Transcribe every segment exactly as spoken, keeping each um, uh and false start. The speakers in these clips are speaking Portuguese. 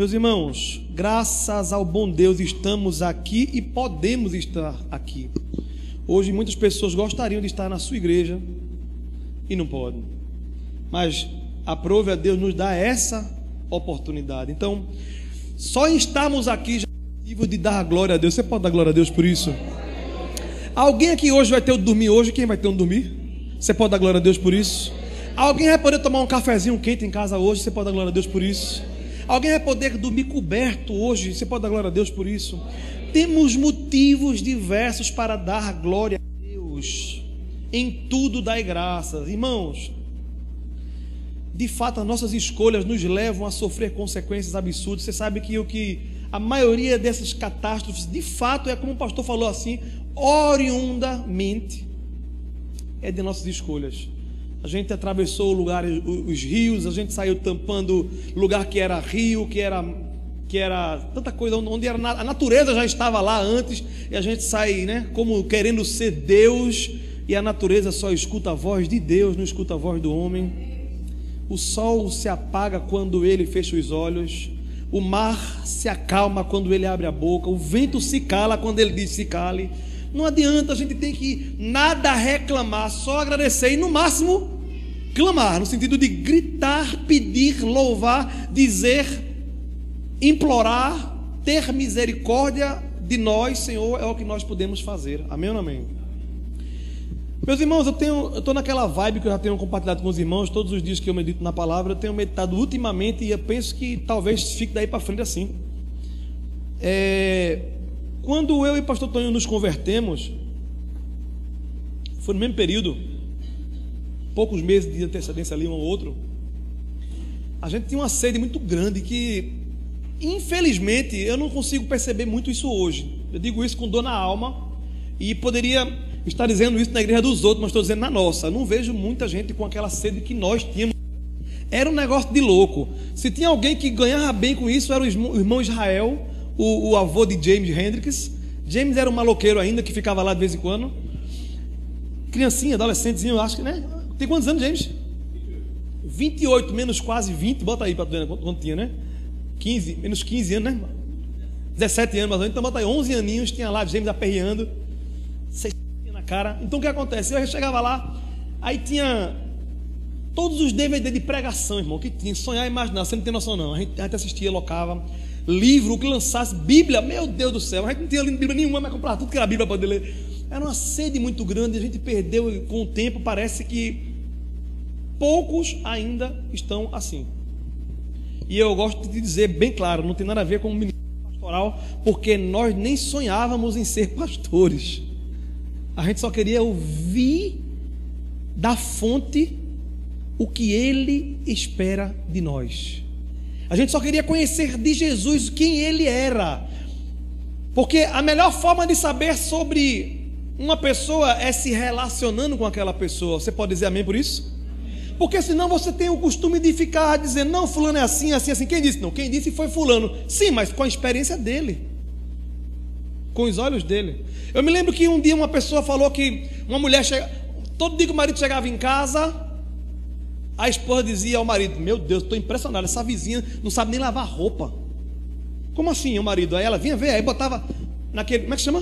Meus irmãos, graças ao bom Deus estamos aqui e podemos estar aqui. Hoje muitas pessoas gostariam de estar na sua igreja e não podem. Mas aprove a Deus nos dar essa oportunidade. Então, só estarmos aqui já é motivo de dar glória a Deus. Você pode dar glória a Deus por isso? Alguém aqui hoje vai ter onde dormir hoje? Quem vai ter onde dormir? Você pode dar glória a Deus por isso? Alguém vai poder tomar um cafezinho quente em casa hoje? Você pode dar glória a Deus por isso? Alguém vai poder dormir coberto hoje? Você pode dar glória a Deus por isso? Temos motivos diversos para dar glória a Deus. Em tudo dai graças. Irmãos, de fato as nossas escolhas nos levam a sofrer consequências absurdas. Você sabe que o que a maioria dessas catástrofes, de fato, é como o pastor falou assim, oriundamente é de nossas escolhas. A gente atravessou lugares, os rios, a gente saiu tampando lugar que era rio, que era, que era tanta coisa, onde era, a natureza já estava lá antes, e a gente sai, né, como querendo ser Deus, e a natureza só escuta a voz de Deus, não escuta a voz do homem. O sol se apaga quando ele fecha os olhos, o mar se acalma quando ele abre a boca, o vento se cala quando ele diz se cale. Não adianta, a gente tem que nada reclamar, só agradecer e no máximo clamar, no sentido de gritar, pedir, louvar, dizer, implorar, ter misericórdia de nós, Senhor, é o que nós podemos fazer. Amém ou não amém? Meus irmãos, eu tenho, eu estou naquela vibe que eu já tenho compartilhado com os irmãos, todos os dias que eu medito na palavra, eu tenho meditado ultimamente e eu penso que talvez fique daí para frente assim. É... Quando eu e o pastor Tonho nos convertemos, foi no mesmo período, poucos meses de antecedência ali um ao outro, a gente tinha uma sede muito grande que, infelizmente, eu não consigo perceber muito isso hoje. Eu digo isso com dor na alma e poderia estar dizendo isso na igreja dos outros, mas estou dizendo na nossa. Eu não vejo muita gente com aquela sede que nós tínhamos. Era um negócio de louco. Se tinha alguém que ganhava bem com isso, era o irmão Israel, O, o avô de James Hendricks. James era um maloqueiro ainda, que ficava lá de vez em quando. Criancinha, adolescentezinho, eu acho que, né? Tem quantos anos, James? vinte e oito menos quase vinte, bota aí para tu ver quanto tinha, né? quinze, menos quinze anos, né? dezessete anos, mais ou menos, então bota aí, onze aninhos, tinha lá James aperreando, seis na cara. Então o que acontece? Eu chegava lá, aí tinha todos os D V D de pregação, irmão, que tinha, sonhar e imaginar, você não tem noção não. A gente, a gente assistia, locava livro que lançasse, Bíblia, meu Deus do céu, a gente não tinha lido Bíblia nenhuma, mas comprava tudo que era Bíblia para poder ler. Era uma sede muito grande, a gente perdeu com o tempo. Parece que poucos ainda estão assim. E eu gosto de dizer bem claro, não tem nada a ver com o ministério pastoral, porque nós nem sonhávamos em ser pastores. A gente só queria ouvir da fonte o que Ele espera de nós. A gente só queria conhecer de Jesus quem Ele era. Porque a melhor forma de saber sobre uma pessoa é se relacionando com aquela pessoa. Você pode dizer amém por isso? Porque senão você tem o costume de ficar dizendo, não, fulano é assim, assim, assim. Quem disse? Não, quem disse foi fulano. Sim, mas com a experiência dele, com os olhos dele. Eu me lembro que um dia uma pessoa falou que uma mulher chega, todo dia que o marido chegava em casa, a esposa dizia ao marido, meu Deus, estou impressionado, essa vizinha não sabe nem lavar roupa. Como assim, o marido? Aí ela vinha ver, aí botava naquele, como é que chama?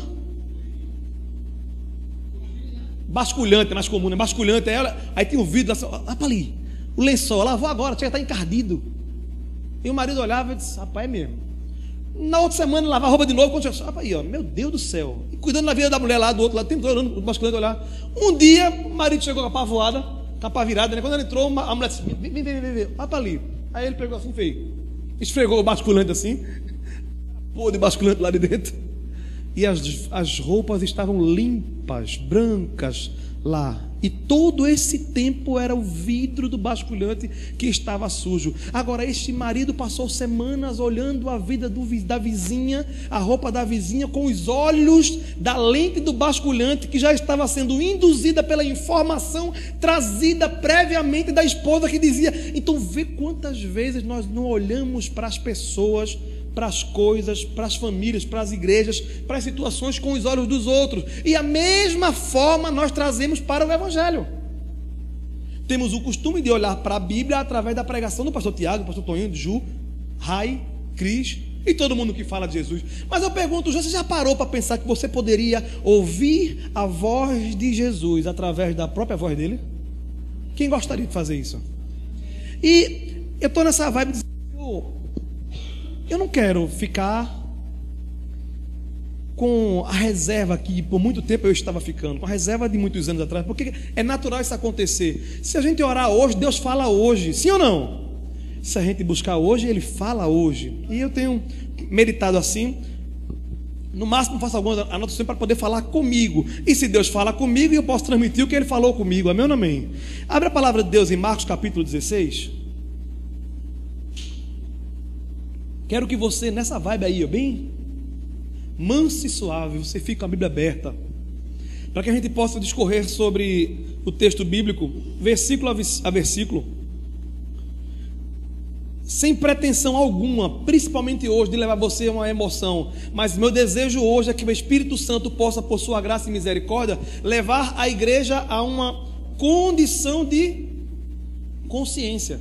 Basculhante, é mais comum, né? Basculhante, aí, ela, aí tinha um vidro, assim, olha para ali, o lençol, lavou agora, chega a estar encardido. E o marido olhava e disse, rapaz, é mesmo. Na outra semana, lavar roupa de novo, quando chegava, rapaz, aí, ó, meu Deus do céu. E cuidando da vida da mulher lá, do outro lado, tempo todo olhando, o basculhante olhar. Um dia, o marido chegou com a pá voada, capa virada, né? Quando ele entrou, uma, a mulher disse, vem, vem, vem, vem, vem, vai para ali. Aí ele pegou assim, fez, esfregou o basculante assim, pô de basculante lá de dentro, e as, as roupas estavam limpas, brancas lá, e todo esse tempo era o vidro do basculante que estava sujo. Agora este marido passou semanas olhando a vida do, da vizinha, a roupa da vizinha, com os olhos da lente do basculante, que já estava sendo induzida pela informação trazida previamente da esposa, que dizia. Então vê quantas vezes nós não olhamos para as pessoas, para as coisas, para as famílias, para as igrejas, para as situações com os olhos dos outros. E a mesma forma nós trazemos para o Evangelho. Temos o costume de olhar para a Bíblia através da pregação do pastor Tiago, do pastor Toninho, do Ju, Rai Cris e todo mundo que fala de Jesus. Mas eu pergunto, você já parou para pensar que você poderia ouvir a voz de Jesus através da própria voz dele? Quem gostaria de fazer isso? E eu estou nessa vibe de eu, eu não quero ficar com a reserva que por muito tempo eu estava ficando, com a reserva de muitos anos atrás, porque é natural isso acontecer. Se a gente orar hoje, Deus fala hoje, sim ou não? Se a gente buscar hoje, Ele fala hoje. E eu tenho meditado assim, no máximo faço algumas anotações para poder falar comigo. E se Deus fala comigo, eu posso transmitir o que Ele falou comigo, amém ou não amém? Abre a palavra de Deus em Marcos capítulo dezesseis. Quero que você, nessa vibe aí, bem manso e suave, você fica com a Bíblia aberta, para que a gente possa discorrer sobre o texto bíblico, versículo a versículo, sem pretensão alguma, principalmente hoje, de levar você a uma emoção. Mas meu desejo hoje é que o Espírito Santo possa, por sua graça e misericórdia, levar a igreja a uma condição de consciência.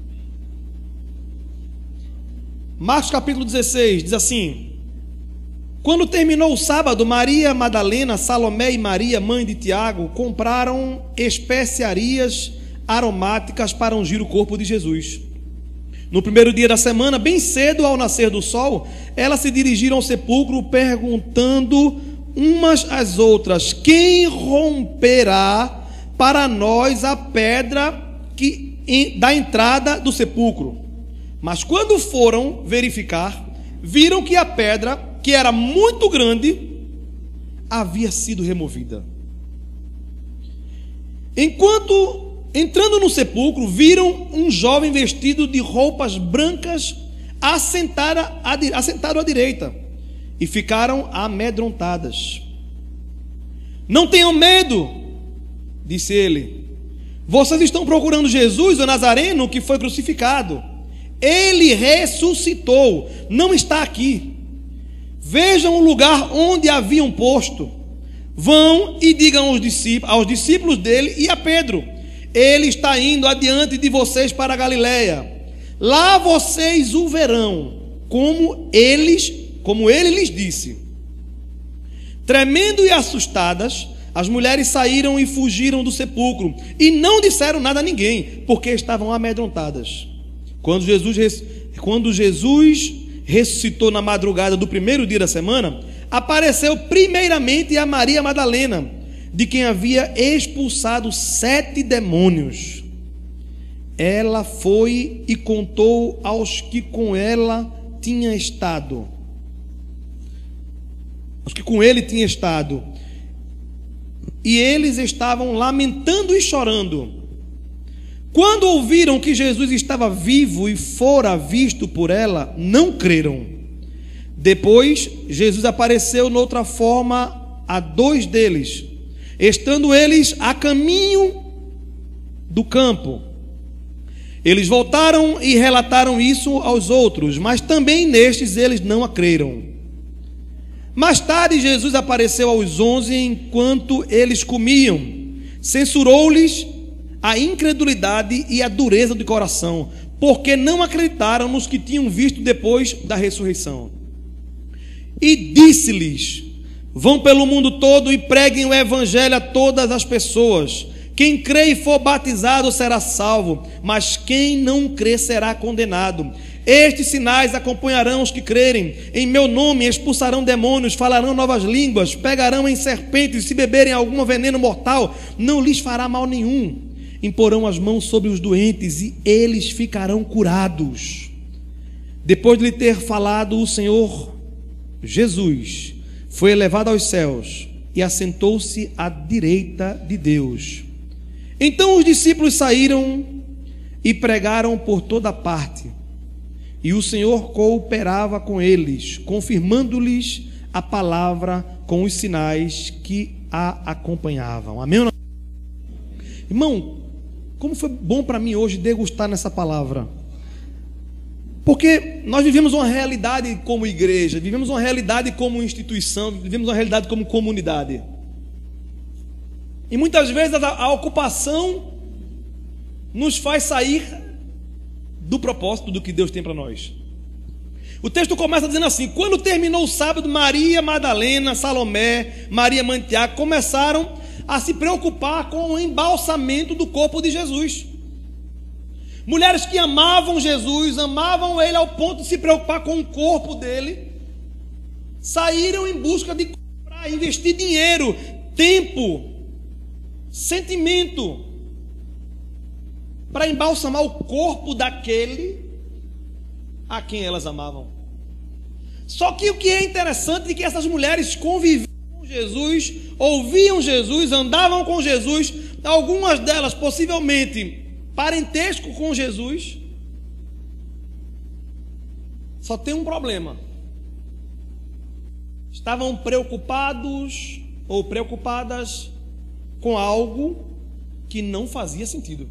Marcos capítulo dezesseis diz assim: quando terminou o sábado, Maria Madalena, Salomé e Maria, mãe de Tiago, compraram especiarias aromáticas para ungir o corpo de Jesus. No primeiro dia da semana, bem cedo, ao nascer do sol, elas se dirigiram ao sepulcro, perguntando umas às outras: quem romperá para nós a pedra que, da entrada do sepulcro? Mas quando foram verificar, viram que a pedra, que era muito grande, havia sido removida. Enquanto entrando no sepulcro, viram um jovem vestido de roupas brancas assentado à direita, e ficaram amedrontadas. Não tenham medo, disse ele. Vocês estão procurando Jesus, o Nazareno, que foi crucificado. Ele ressuscitou, não está aqui. Vejam o lugar onde haviam posto. Vão e digam aos discípulos, aos discípulos dele e a Pedro: ele está indo adiante de vocês para a Galileia. Lá vocês o verão, como eles, como ele lhes disse. Tremendo e assustadas, as mulheres saíram e fugiram do sepulcro, e não disseram nada a ninguém, porque estavam amedrontadas. Quando Jesus, quando Jesus ressuscitou na madrugada do primeiro dia da semana, apareceu primeiramente a Maria Madalena, de quem havia expulsado sete demônios. Ela foi e contou aos que com ela tinha estado, aos que com ele tinha estado, e eles estavam lamentando e chorando. Quando ouviram que Jesus estava vivo e fora visto por ela, não creram. Depois, Jesus apareceu noutra forma a dois deles, estando eles a caminho do campo. Eles voltaram e relataram isso aos outros, mas também nestes eles não a creram. Mais tarde, Jesus apareceu aos onze enquanto eles comiam. Censurou-lhes a incredulidade e a dureza do coração, porque não acreditaram nos que tinham visto depois da ressurreição. E disse-lhes: vão pelo mundo todo e preguem o evangelho a todas as pessoas. Quem crê e for batizado será salvo, mas quem não crê será condenado. Estes sinais acompanharão os que crerem. Em meu nome expulsarão demônios, falarão novas línguas, pegarão em serpentes, se beberem algum veneno mortal, não lhes fará mal nenhum. Imporão as mãos sobre os doentes e eles ficarão curados. Depois de lhe ter falado, o Senhor Jesus foi elevado aos céus e assentou-se à direita de Deus. Então os discípulos saíram e pregaram por toda parte, e o Senhor cooperava com eles, confirmando-lhes a palavra com os sinais que a acompanhavam. Amém? Irmão, como foi bom para mim hoje degustar nessa palavra, porque nós vivemos uma realidade como igreja, vivemos uma realidade como instituição, vivemos uma realidade como comunidade, e muitas vezes a, a ocupação nos faz sair do propósito do que Deus tem para nós. O texto começa dizendo assim: quando terminou o sábado, Maria Madalena, Salomé, Maria mãe de Tiago começaram a se preocupar com o embalsamento do corpo de Jesus. Mulheres que amavam Jesus, amavam ele ao ponto de se preocupar com o corpo dele, saíram em busca de comprar, investir dinheiro, tempo, sentimento, para embalsamar o corpo daquele a quem elas amavam. Só que o que é interessante é que essas mulheres conviviam com Jesus, ouviam Jesus, andavam com Jesus, algumas delas possivelmente parentesco com Jesus. Só tem um problema: estavam preocupados ou preocupadas com algo que não fazia sentido,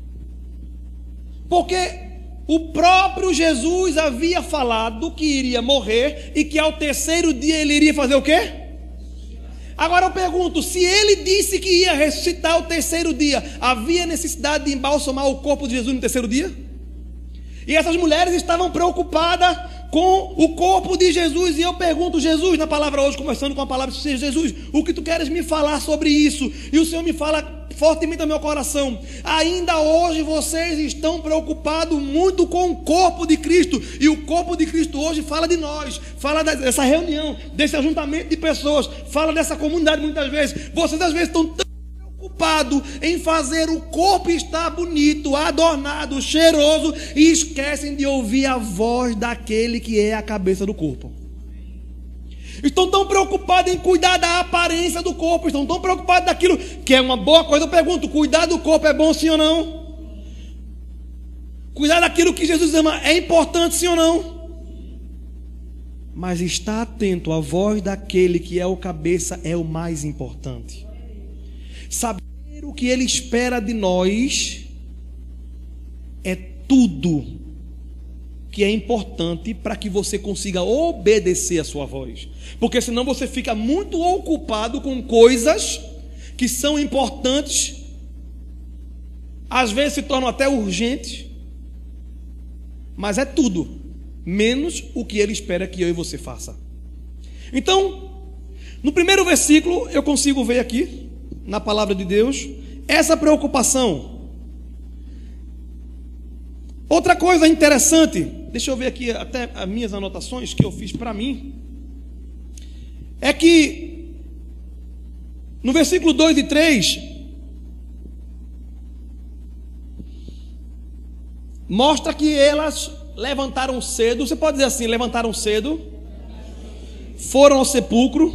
porque o próprio Jesus havia falado que iria morrer e que ao terceiro dia ele iria fazer o quê? Agora eu pergunto, se ele disse que ia ressuscitar ao terceiro dia, havia necessidade de embalsamar o corpo de Jesus no terceiro dia? E essas mulheres estavam preocupadas com o corpo de Jesus. E eu pergunto, Jesus, na palavra hoje, conversando com a palavra de Jesus, o que tu queres me falar sobre isso? E o Senhor me fala fortemente no meu coração: ainda hoje vocês estão preocupados muito com o corpo de Cristo. E o corpo de Cristo hoje fala de nós, fala dessa reunião, desse ajuntamento de pessoas, fala dessa comunidade. Muitas vezes, vocês às vezes estão tão preocupados em fazer o corpo estar bonito, adornado, cheiroso, e esquecem de ouvir a voz daquele que é a cabeça do corpo. Estão tão preocupados em cuidar da aparência do corpo, estão tão preocupados daquilo que é uma boa coisa. Eu pergunto, cuidar do corpo é bom, sim ou não? Cuidar daquilo que Jesus ama é importante, sim ou não? Mas estar atento à voz daquele que é o cabeça é o mais importante. Saber o que ele espera de nós é tudo que é importante para que você consiga obedecer a sua voz. Porque senão você fica muito ocupado com coisas que são importantes, às vezes se tornam até urgentes, mas é tudo menos o que ele espera que eu e você faça. Então, no primeiro versículo eu consigo ver aqui na palavra de Deus essa preocupação. Outra coisa interessante, deixa eu ver aqui até as minhas anotações que eu fiz para mim, é que no versículo dois e três mostra que elas levantaram cedo. Você pode dizer assim, levantaram cedo, foram ao sepulcro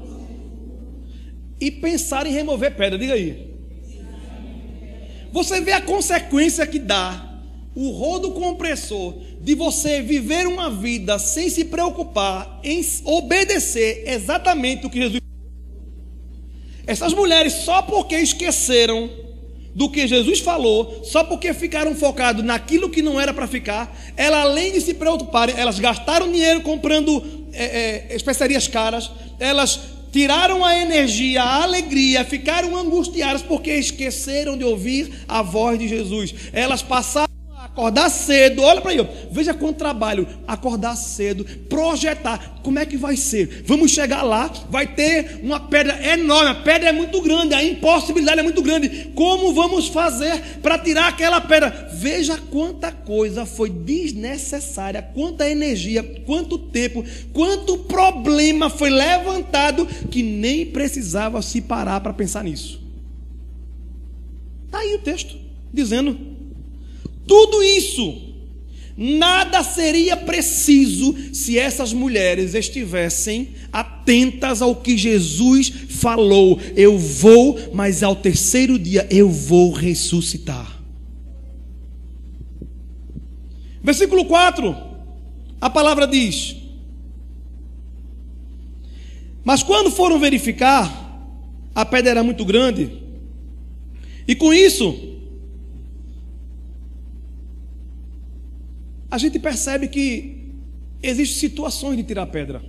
e pensaram em remover pedra. Diga aí. Você vê a consequência que dá o rodo compressor de você viver uma vida sem se preocupar em obedecer exatamente o que Jesus falou. Essas mulheres, só porque esqueceram do que Jesus falou, só porque ficaram focados naquilo que não era para ficar, elas, além de se preocuparem, elas gastaram dinheiro comprando é, é, especiarias caras, elas tiraram a energia, a alegria, ficaram angustiadas porque esqueceram de ouvir a voz de Jesus. Elas passaram acordar cedo, olha para aí, ó. Veja quanto trabalho, acordar cedo, projetar, como é que vai ser, vamos chegar lá, vai ter uma pedra enorme, a pedra é muito grande, a impossibilidade é muito grande, como vamos fazer para tirar aquela pedra? Veja quanta coisa foi desnecessária, quanta energia, quanto tempo, quanto problema foi levantado, que nem precisava se parar para pensar nisso. Está aí o texto, dizendo: tudo isso, nada seria preciso se essas mulheres estivessem atentas ao que Jesus falou: eu vou, mas ao terceiro dia eu vou ressuscitar. Versículo quatro, a palavra diz: mas quando foram verificar, a pedra era muito grande, e com isso a gente percebe que existem situações de tirar pedra.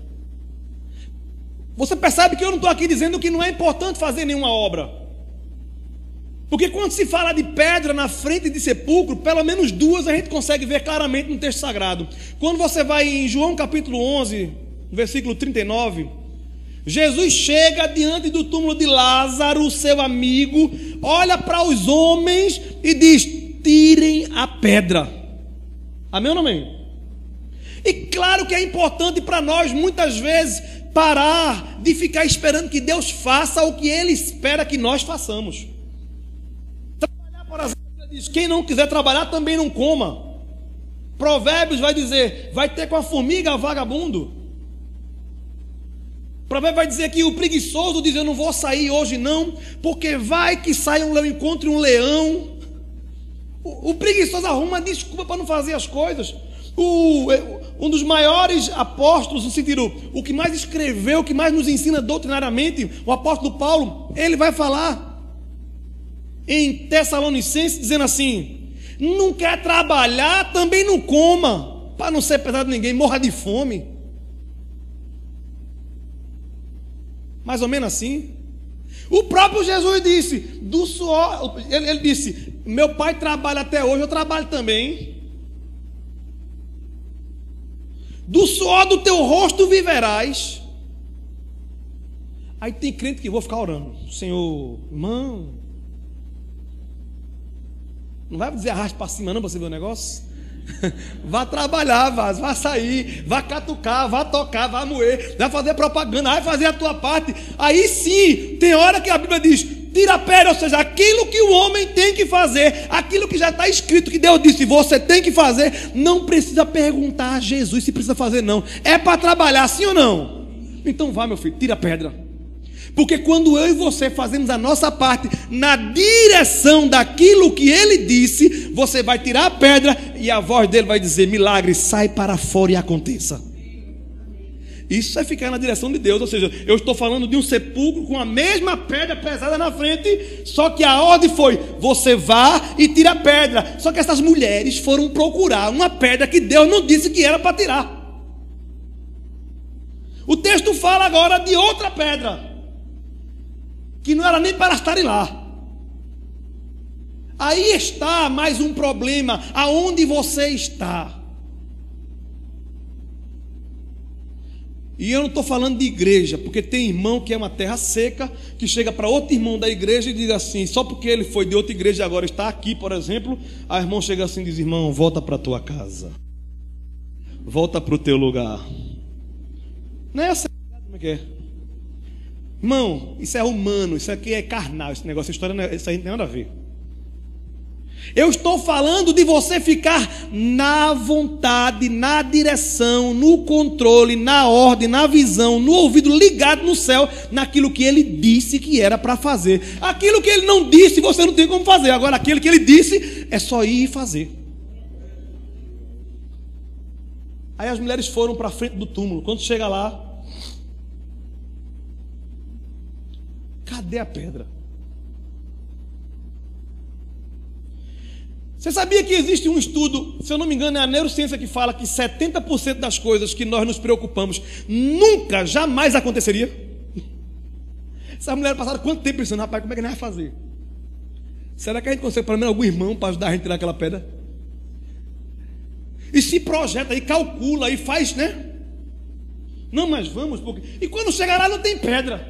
Você percebe que eu não estou aqui dizendo que não é importante fazer nenhuma obra. Porque quando se fala de pedra na frente de sepulcro, pelo menos duas a gente consegue ver claramente no texto sagrado. Quando você vai em João capítulo onze, versículo trinta e nove, Jesus chega diante do túmulo de Lázaro, seu amigo, olha para os homens e diz: tirem a pedra. Amém ou não amém? E claro que é importante para nós muitas vezes parar de ficar esperando que Deus faça o que Ele espera que nós façamos. Trabalhar, por exemplo, Ele diz: quem não quiser trabalhar também não coma. Provérbios vai dizer: vai ter com a formiga vagabundo. Provérbio vai dizer que o preguiçoso diz: eu não vou sair hoje não, porque vai que saia um leão, encontre um leão. O, o preguiçoso arruma desculpa para não fazer as coisas. O, um dos maiores apóstolos, no sentido, o que mais escreveu, o que mais nos ensina doutrinariamente, o apóstolo Paulo, ele vai falar em Tessalonicenses, dizendo assim: não quer trabalhar, também não coma, para não ser pesado ninguém, morra de fome. Mais ou menos assim. O próprio Jesus disse: do suor, ele, ele disse: meu pai trabalha até hoje, eu trabalho também. Do suor do teu rosto viverás. Aí tem crente que vou ficar orando: Senhor, irmão, não vai dizer arraste para cima não para você ver o negócio. Vá trabalhar, vá, vá sair, vá catucar, vá tocar, vá moer, vá fazer propaganda, vai fazer a tua parte. Aí sim, tem hora que a Bíblia diz: tira a pedra, ou seja, aquilo que o homem tem que fazer, aquilo que já está escrito, que Deus disse, você tem que fazer. Não precisa perguntar a Jesus se precisa fazer, não. É para trabalhar, sim ou não? Então vá, meu filho, tira a pedra. Porque quando eu e você fazemos a nossa parte na direção daquilo que Ele disse, você vai tirar a pedra e a voz dele vai dizer: milagre, sai para fora e aconteça. Isso é ficar na direção de Deus. Ou seja, eu estou falando de um sepulcro com a mesma pedra pesada na frente, só que a ordem foi: você vá e tira a pedra. Só que essas mulheres foram procurar uma pedra que Deus não disse que era para tirar. O texto fala agora de outra pedra, que não era nem para estarem lá. Aí está mais um problema: aonde você está? E eu não estou falando de igreja, porque tem irmão que é uma terra seca, que chega para outro irmão da igreja e diz assim, só porque ele foi de outra igreja e agora está aqui, por exemplo, a irmão chega assim e diz: irmão, volta para a tua casa, volta para o teu lugar. Não é assim, como é que é? Irmão, isso é humano, isso aqui é carnal, esse negócio, essa história, não é, isso aí não tem nada a ver. Eu estou falando de você ficar na vontade, na direção, no controle, na ordem, na visão, no ouvido ligado no céu, naquilo que Ele disse que era para fazer. Aquilo que Ele não disse, você não tem como fazer. Agora, aquilo que Ele disse, é só ir e fazer. Aí as mulheres foram para frente do túmulo. Quando chega lá, cadê a pedra? Você sabia que existe um estudo, se eu não me engano é a neurociência, que fala que setenta por cento das coisas que nós nos preocupamos nunca, jamais aconteceria? Essas mulheres passaram quanto tempo pensando: rapaz, como é que nós vamos fazer? Será que a gente consegue pelo menos algum irmão para ajudar a gente a tirar aquela pedra? E se projeta, e calcula, e faz, né? Não, mas vamos, porque... E quando chegar lá não tem pedra.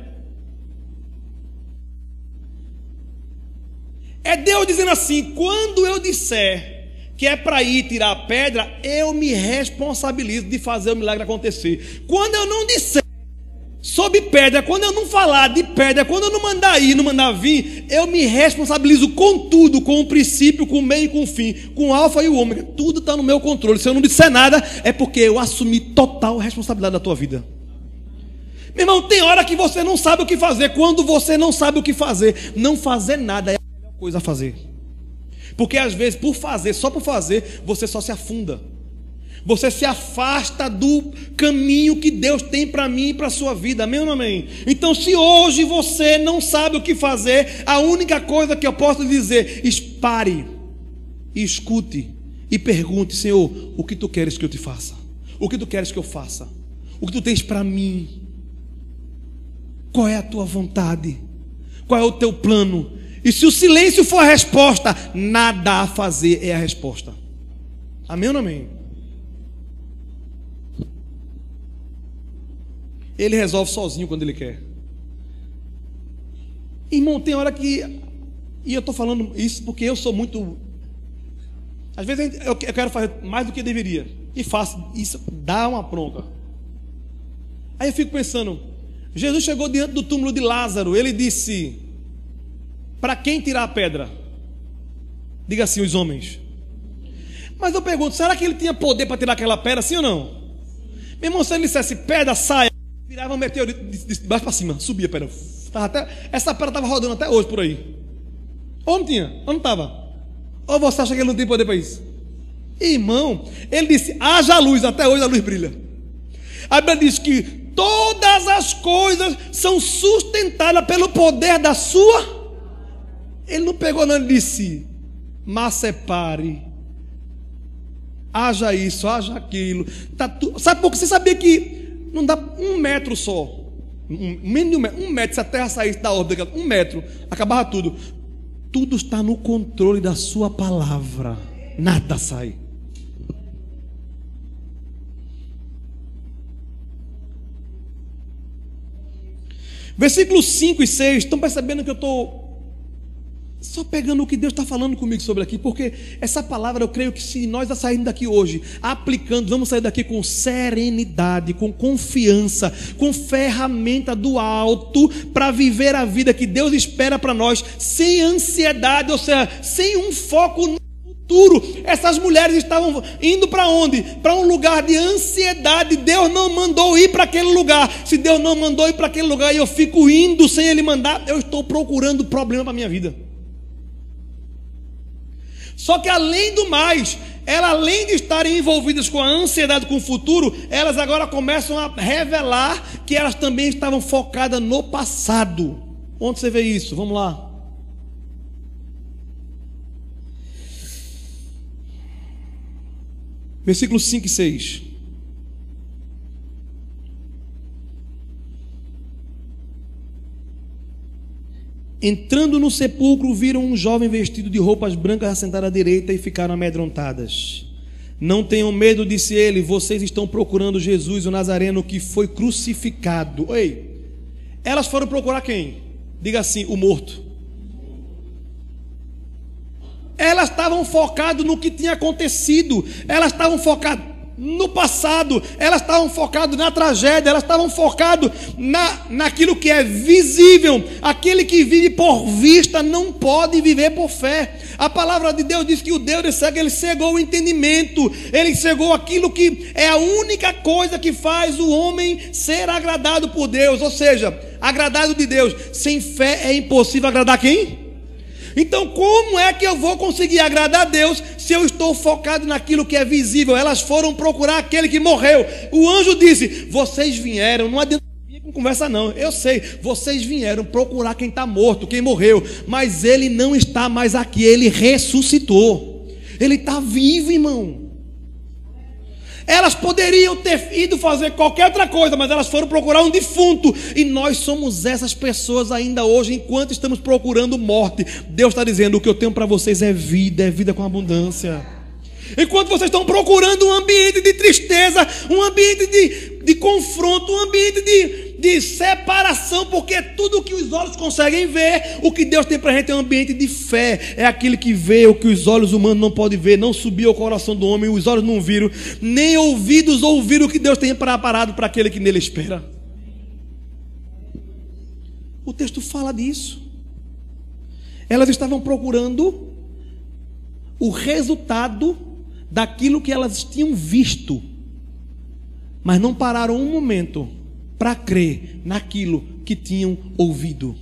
É Deus dizendo assim: quando eu disser que é para ir tirar a pedra, eu me responsabilizo de fazer o milagre acontecer. Quando eu não disser sobre pedra, quando eu não falar de pedra, quando eu não mandar ir, não mandar vir, eu me responsabilizo com tudo, com o princípio, com o meio e com o fim, com o alfa e o ômega. Tudo está no meu controle. Se eu não disser nada, é porque eu assumi total responsabilidade da tua vida. Meu irmão, tem hora que você não sabe o que fazer. Quando você não sabe o que fazer, não fazer nada é coisa a fazer. Porque às vezes, por fazer, só por fazer, você só se afunda. Você se afasta do caminho que Deus tem para mim e para a sua vida. Amém ou não amém? Então, se hoje você não sabe o que fazer, a única coisa que eu posso dizer: pare e escute e pergunte: Senhor, o que tu queres que eu te faça? O que tu queres que eu faça? O que tu tens para mim? Qual é a tua vontade? Qual é o teu plano? E se o silêncio for a resposta, nada a fazer é a resposta. Amém ou não amém? Ele resolve sozinho quando ele quer. Irmão, tem hora que... E eu estou falando isso porque eu sou muito... Às vezes eu quero fazer mais do que deveria. E faço. Isso dá uma bronca. Aí eu fico pensando... Jesus chegou diante do túmulo de Lázaro. Ele disse... Para quem tirar a pedra? Diga assim, os homens. Mas eu pergunto, será que ele tinha poder para tirar aquela pedra, sim ou não? Meu irmão, se ele dissesse pedra, saia, virava um meteorito de baixo para cima, subia a pedra. Até, essa pedra estava rodando até hoje por aí. Ou não tinha? Ou não estava? Ou você acha que ele não tem poder para isso? Irmão, ele disse, haja luz, até hoje a luz brilha. A Bíblia diz que todas as coisas são sustentadas pelo poder da sua... Ele não pegou não, ele disse, mas separe, haja isso, haja aquilo, tá tu... Sabe por que você sabia que não dá um metro só, um, menos de um metro, um metro, se a terra saísse da órbita, um metro, acabava tudo. Tudo está no controle da sua palavra, nada sai. Versículos cinco e seis, estão percebendo que eu estou só pegando o que Deus está falando comigo sobre aqui, porque essa palavra eu creio que se nós a sairmos daqui hoje, aplicando, vamos sair daqui com serenidade, com confiança, com ferramenta do alto, para viver a vida que Deus espera para nós, sem ansiedade, ou seja, sem um foco no futuro. Essas mulheres estavam indo para onde? Para um lugar de ansiedade. Deus não mandou ir para aquele lugar. Se Deus não mandou ir para aquele lugar e eu fico indo sem Ele mandar, eu estou procurando problema para a minha vida. Só que além do mais, elas além de estarem envolvidas com a ansiedade com o futuro, elas agora começam a revelar que elas também estavam focadas no passado. Onde você vê isso? Vamos lá. Versículos cinco e seis. Entrando no sepulcro, viram um jovem vestido de roupas brancas assentado à direita e ficaram amedrontadas. Não tenham medo, disse ele, vocês estão procurando Jesus, o Nazareno, que foi crucificado. Ei, elas foram procurar quem? Diga assim, o morto. Elas estavam focadas no que tinha acontecido. Elas estavam focadas no passado. Elas estavam focadas na tragédia. Elas estavam focadas na, naquilo que é visível. Aquele que vive por vista não pode viver por fé. A palavra de Deus diz que o Deus desse cego, ele cegou o entendimento. Ele cegou aquilo que é a única coisa que faz o homem ser agradado por Deus. Ou seja, agradado de Deus. Sem fé é impossível agradar quem? Então como é que eu vou conseguir agradar a Deus se eu estou focado naquilo que é visível? Elas foram procurar aquele que morreu. O anjo disse, vocês vieram, não adianta vir com conversa não, eu sei, vocês vieram procurar quem está morto, quem morreu, mas ele não está mais aqui, ele ressuscitou, ele está vivo, irmão. Elas poderiam ter ido fazer qualquer outra coisa, mas elas foram procurar um defunto. E nós somos essas pessoas ainda hoje, enquanto estamos procurando morte. Deus está dizendo, o que eu tenho para vocês é vida, é vida com abundância. Enquanto vocês estão procurando um ambiente de tristeza, um ambiente de, de confronto, um ambiente de, de separação, porque tudo que os olhos conseguem ver, o que Deus tem para a gente é um ambiente de fé. É aquele que vê o que os olhos humanos não podem ver, não subiu ao coração do homem, os olhos não viram, nem ouvidos ouviram o que Deus tem preparado para aquele que nele espera. O texto fala disso. Elas estavam procurando o resultado daquilo que elas tinham visto, mas não pararam um momento para crer naquilo que tinham ouvido.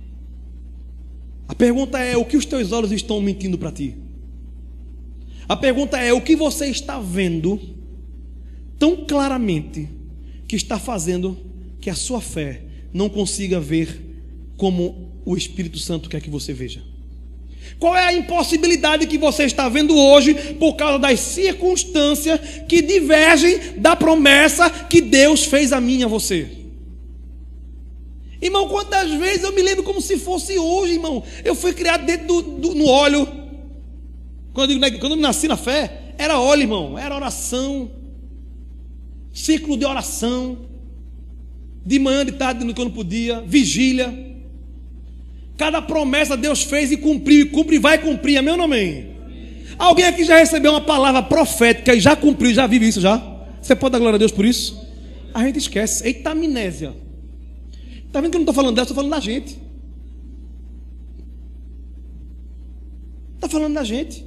A pergunta é, o que os teus olhos estão mentindo para ti? A pergunta é, o que você está vendo tão claramente que está fazendo que a sua fé não consiga ver como o Espírito Santo quer que você veja? Qual é a impossibilidade que você está vendo hoje por causa das circunstâncias que divergem da promessa que Deus fez a mim e a você? Irmão, quantas vezes eu me lembro como se fosse hoje, irmão. Eu fui criado dentro do, do no óleo. Quando eu, digo, quando eu nasci na fé, era óleo, irmão. Era oração. Ciclo de oração. De manhã, de tarde, quando podia. Vigília. Cada promessa Deus fez e cumpriu. E cumpre e vai cumprir. Amém ou não amém? Alguém aqui já recebeu uma palavra profética e já cumpriu, já vive isso já? Você pode dar glória a Deus por isso? A gente esquece. Eita amnésia. Está vendo que eu não estou falando dela, estou falando da gente. Está falando da gente.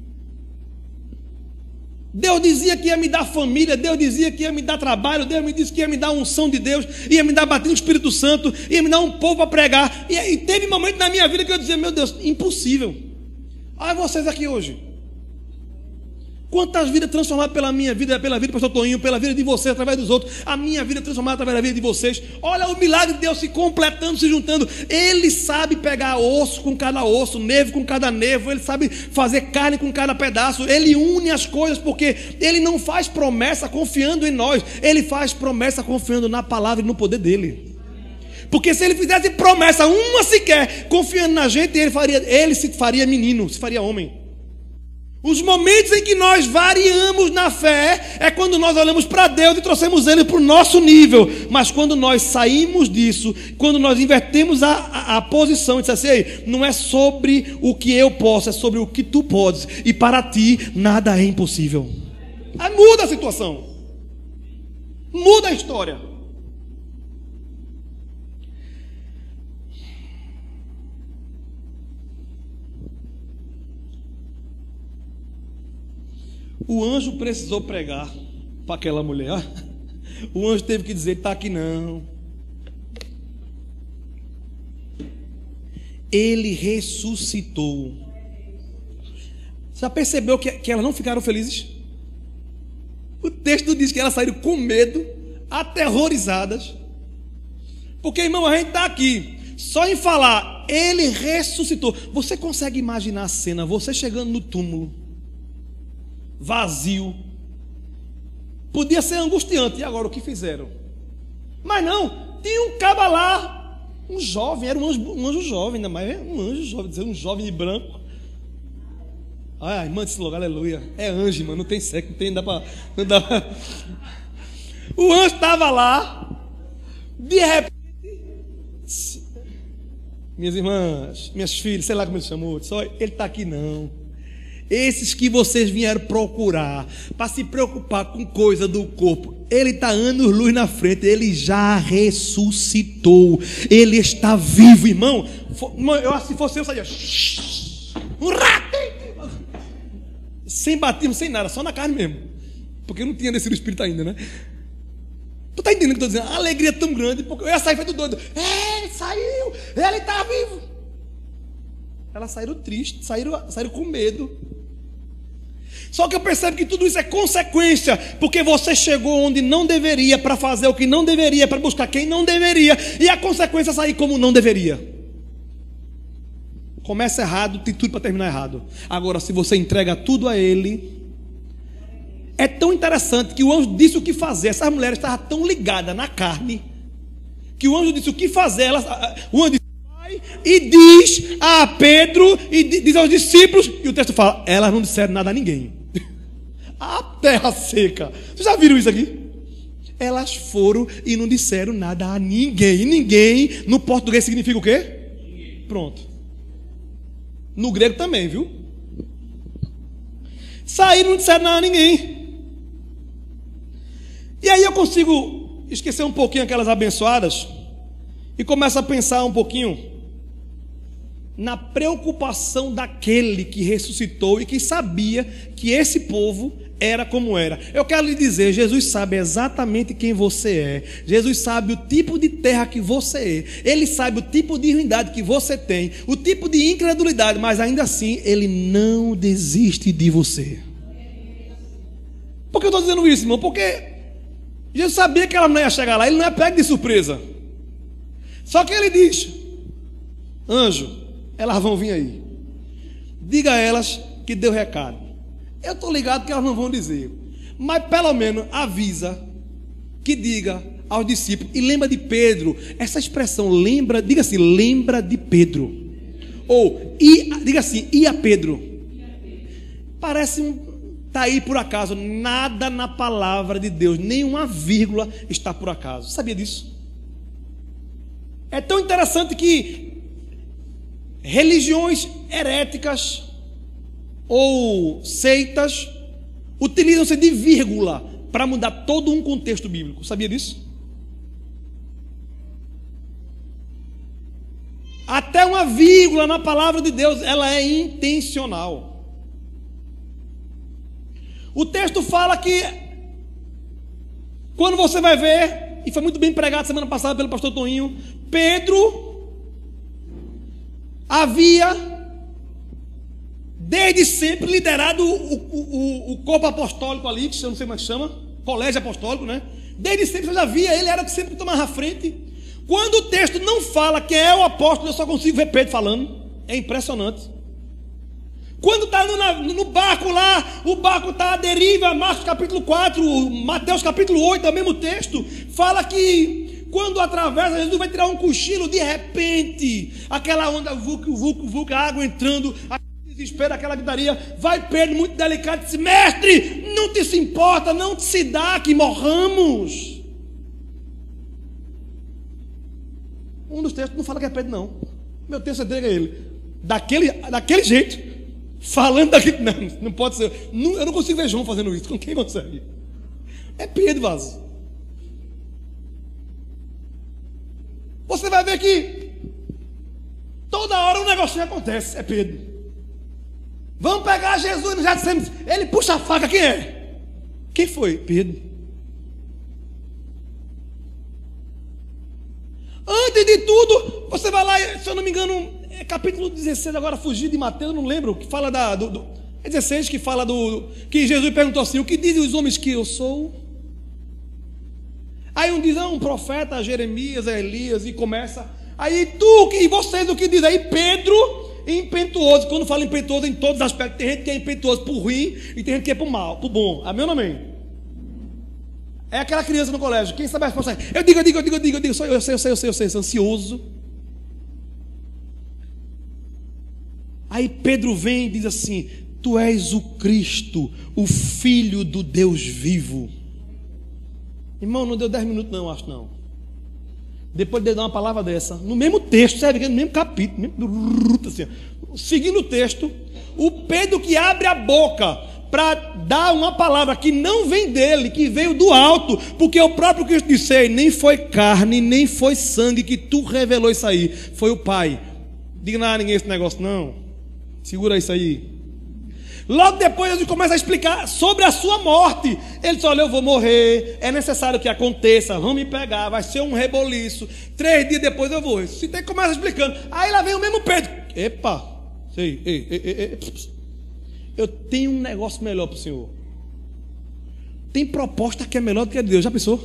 Deus dizia que ia me dar família, Deus dizia que ia me dar trabalho, Deus me disse que ia me dar unção de Deus, ia me dar batismo do Espírito Santo, ia me dar um povo para pregar. E, e teve momento na minha vida que eu dizia, meu Deus, impossível. Olha vocês aqui hoje. Quantas vidas transformadas pela minha vida, pela vida do pastor Toninho, pela vida de vocês, através dos outros. A minha vida transformada através da vida de vocês. Olha o milagre de Deus se completando, se juntando. Ele sabe pegar osso com cada osso, nervo com cada nervo. Ele sabe fazer carne com cada pedaço. Ele une as coisas, porque Ele não faz promessa confiando em nós. Ele faz promessa confiando na palavra e no poder dEle. Porque se Ele fizesse promessa, uma sequer, confiando na gente, Ele, faria, ele se faria menino, se faria homem. Os momentos em que nós variamos na fé é quando nós olhamos para Deus e trouxemos Ele para o nosso nível. Mas quando nós saímos disso, quando nós invertemos a, a, a posição e dissemos assim, não é sobre o que eu posso, é sobre o que tu podes. E para ti nada é impossível. Aí muda a situação. Muda a história. O anjo precisou pregar para aquela mulher. O anjo teve que dizer, está aqui não. Ele ressuscitou. Já percebeu que, que elas não ficaram felizes? O texto diz que elas saíram com medo, aterrorizadas. Porque, irmão, a gente está aqui, só em falar, ele ressuscitou. Você consegue imaginar a cena, você chegando no túmulo, vazio. Podia ser angustiante. E agora o que fizeram? Mas não, tinha um caba lá, um jovem, era um anjo, um anjo jovem, ainda mais um anjo jovem, dizer um jovem de branco. Ai, irmã desse lugar, aleluia. É anjo, mano, não tem sexo, não tem, não dá pra, não dá pra... O anjo estava lá, de repente, minhas irmãs, minhas filhas, sei lá como ele chamou, só ele está aqui não. Esses que vocês vieram procurar para se preocupar com coisa do corpo, ele está anos-luz na frente. Ele já ressuscitou. Ele está vivo, irmão. Eu, se fosse eu, saía um rato, sem batismo, sem nada, só na carne mesmo, porque eu não tinha descido o Espírito ainda, né? Tu está entendendo o que eu estou dizendo? A alegria é tão grande, porque eu ia sair feito doido. É, ele saiu, ele está vivo. Elas saíram tristes, saíram, saíram com medo. Só que eu percebo que tudo isso é consequência, porque você chegou onde não deveria, para fazer o que não deveria, para buscar quem não deveria, e a consequência é sair como não deveria. Começa errado, tem tudo para terminar errado. Agora, se você entrega tudo a Ele, é tão interessante que o anjo disse o que fazer. Essas mulheres estavam tão ligadas na carne, que o anjo disse o que fazer. Elas, o anjo disse, e diz a Pedro e diz aos discípulos, e o texto fala, elas não disseram nada a ninguém. A terra seca. Vocês já viram isso aqui? Elas foram e não disseram nada a ninguém. E ninguém no português significa o quê? Pronto. No grego também, viu? Saíram e não disseram nada a ninguém. E aí eu consigo esquecer um pouquinho aquelas abençoadas e começo a pensar um pouquinho na preocupação daquele que ressuscitou e que sabia que esse povo era como era. Eu quero lhe dizer, Jesus sabe exatamente quem você é. Jesus sabe o tipo de terra que você é. Ele sabe o tipo de ruindade que você tem, o tipo de incredulidade, mas ainda assim Ele não desiste de você. Por que eu estou dizendo isso, irmão? Porque Jesus sabia que ela não ia chegar lá. Ele não é pego de surpresa. Só que Ele diz, anjo, elas vão vir aí, diga a elas que deu recado. Eu estou ligado que elas não vão dizer, mas pelo menos avisa, que diga aos discípulos e lembra de Pedro. Essa expressão lembra, diga assim, lembra de Pedro. Ou, e, diga assim, e a Pedro. Parece um, está aí por acaso. Nada na palavra de Deus, nenhuma vírgula está por acaso. Sabia disso? É tão interessante que religiões heréticas ou seitas utilizam-se de vírgula para mudar todo um contexto bíblico. Sabia disso? Até uma vírgula na palavra de Deus, ela é intencional. O texto fala que, quando você vai ver, e foi muito bem pregado semana passada pelo pastor Toninho, Pedro havia, desde sempre, liderado o, o, o corpo apostólico ali, que eu não sei como é que chama, colégio apostólico, né? Desde sempre eu já via, ele era que sempre tomava a frente. Quando o texto não fala quem é o apóstolo, eu só consigo ver Pedro falando. É impressionante. Quando está no, no barco lá, o barco está à deriva, Marcos capítulo quatro, Mateus capítulo oito, é o mesmo texto, fala que quando atravessa, Jesus vai tirar um cochilo, de repente, aquela onda, vulco, vulco, vulco, a água entrando, a desespero, aquela gritaria, vai Pedro muito delicado, diz: mestre, não te se importa, não te se dá que morramos. Um dos textos não fala que é Pedro, não. Meu texto é dele, é ele. Daquele, daquele jeito, falando daquele. Não, não pode ser. Não, eu não consigo ver João fazendo isso. Com quem consegue? É Pedro, vaso. Você vai ver que toda hora um negocinho acontece. É Pedro. Vamos pegar Jesus, já dissemos. Ele puxa a faca, quem é? Quem foi? Pedro. Antes de tudo, você vai lá, se eu não me engano, é capítulo dezesseis, agora fugir de Mateus, não lembro, que fala da. Do, do, é dezesseis que fala do. Que Jesus perguntou assim: o que dizem os homens que eu sou? Aí um diz: ah, um profeta, Jeremias, Elias, e começa. Aí tu, e vocês o que dizem? Aí Pedro, impetuoso, quando fala impetuoso em todos os aspectos, tem gente que é impetuoso por ruim e tem gente que é por mal, por bom. Amém ou não amém? É aquela criança no colégio, quem sabe a resposta? Eu digo, eu digo, eu digo, eu digo, eu digo, eu sei, eu sei, eu sei, eu sei, eu sei, eu sei, ansioso. Aí Pedro vem e diz assim: tu és o Cristo, o Filho do Deus vivo. Irmão, não deu dez minutos não, acho não. Depois de dar uma palavra dessa, no mesmo texto, sabe, no mesmo capítulo, mesmo, assim, seguindo o texto, o Pedro que abre a boca para dar uma palavra que não vem dele, que veio do alto, porque o próprio Cristo disse: nem foi carne, nem foi sangue que tu revelou isso aí, foi o Pai. Diga nada a ninguém esse negócio não, segura isso aí. Logo depois Jesus começa a explicar sobre a sua morte. Ele disse: olha, eu vou morrer, é necessário que aconteça, vão me pegar, vai ser um reboliço, três dias depois eu vou. Se tem, começa explicando. Aí lá vem o mesmo Pedro: epa, sei, ei, ei, ei, ei, eu tenho um negócio melhor para o senhor. Tem proposta que é melhor do que a de Deus. Já pensou?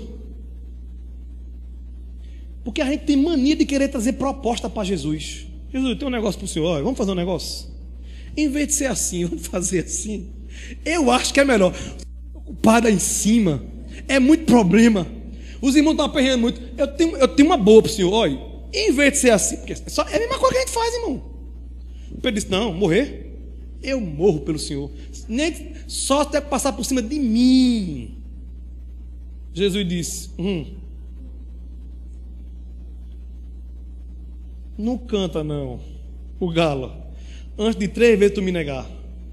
Porque a gente tem mania de querer trazer proposta para Jesus. Jesus, eu tenho um negócio para o senhor. Olha, vamos fazer um negócio? Em vez de ser assim, vamos fazer assim. Eu acho que é melhor. Ocupado em cima, é muito problema. Os irmãos estão aperreando muito. Eu tenho, eu tenho uma boa para o senhor. Olha, em vez de ser assim, porque é, só, é a mesma coisa que a gente faz, irmão. O Pedro disse: não, morrer. Eu morro pelo Senhor, nem só até passar por cima de mim. Jesus disse: hum, não canta não, o galo, antes de três vezes tu me negar.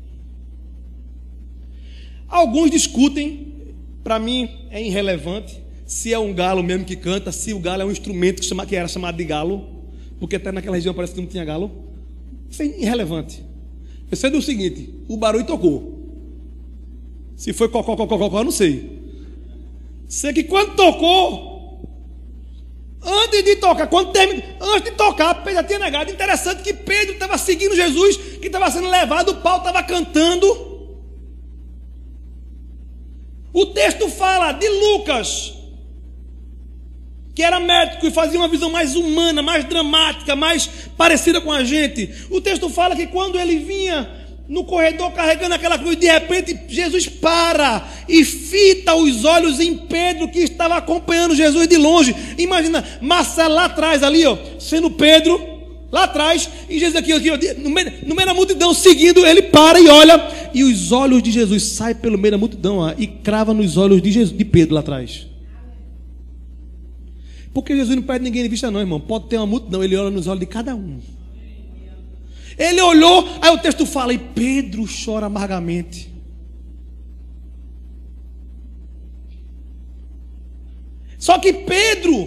Alguns discutem, para mim é irrelevante, se é um galo mesmo que canta, se o galo é um instrumento que, chama, que era chamado de galo, porque até naquela região parece que não tinha galo. Isso é irrelevante. Eu sei do seguinte: o barulho tocou. Se foi cocó, cocó, cocó, eu não sei. Sei que quando tocou, antes de tocar, quando terminou, antes de tocar, Pedro já tinha negado. Interessante que Pedro estava seguindo Jesus, que estava sendo levado, o pau estava cantando. O texto fala de Lucas, que era médico e fazia uma visão mais humana, mais dramática, mais parecida com a gente. O texto fala que quando ele vinha no corredor carregando aquela cruz. De repente Jesus para e fita os olhos em Pedro, que estava acompanhando Jesus de longe. Imagina Marcelo lá atrás ali, ó, sendo Pedro lá atrás, e Jesus aqui, aqui ó, no, meio, no meio da multidão seguindo. Ele para e olha, e os olhos de Jesus saem pelo meio da multidão, ó, e crava nos olhos de, Jesus, de Pedro lá atrás. Porque Jesus não perde ninguém de vista não, irmão. Pode ter uma multidão, ele olha nos olhos de cada um. Ele olhou, aí o texto fala, e Pedro chora amargamente. Só que Pedro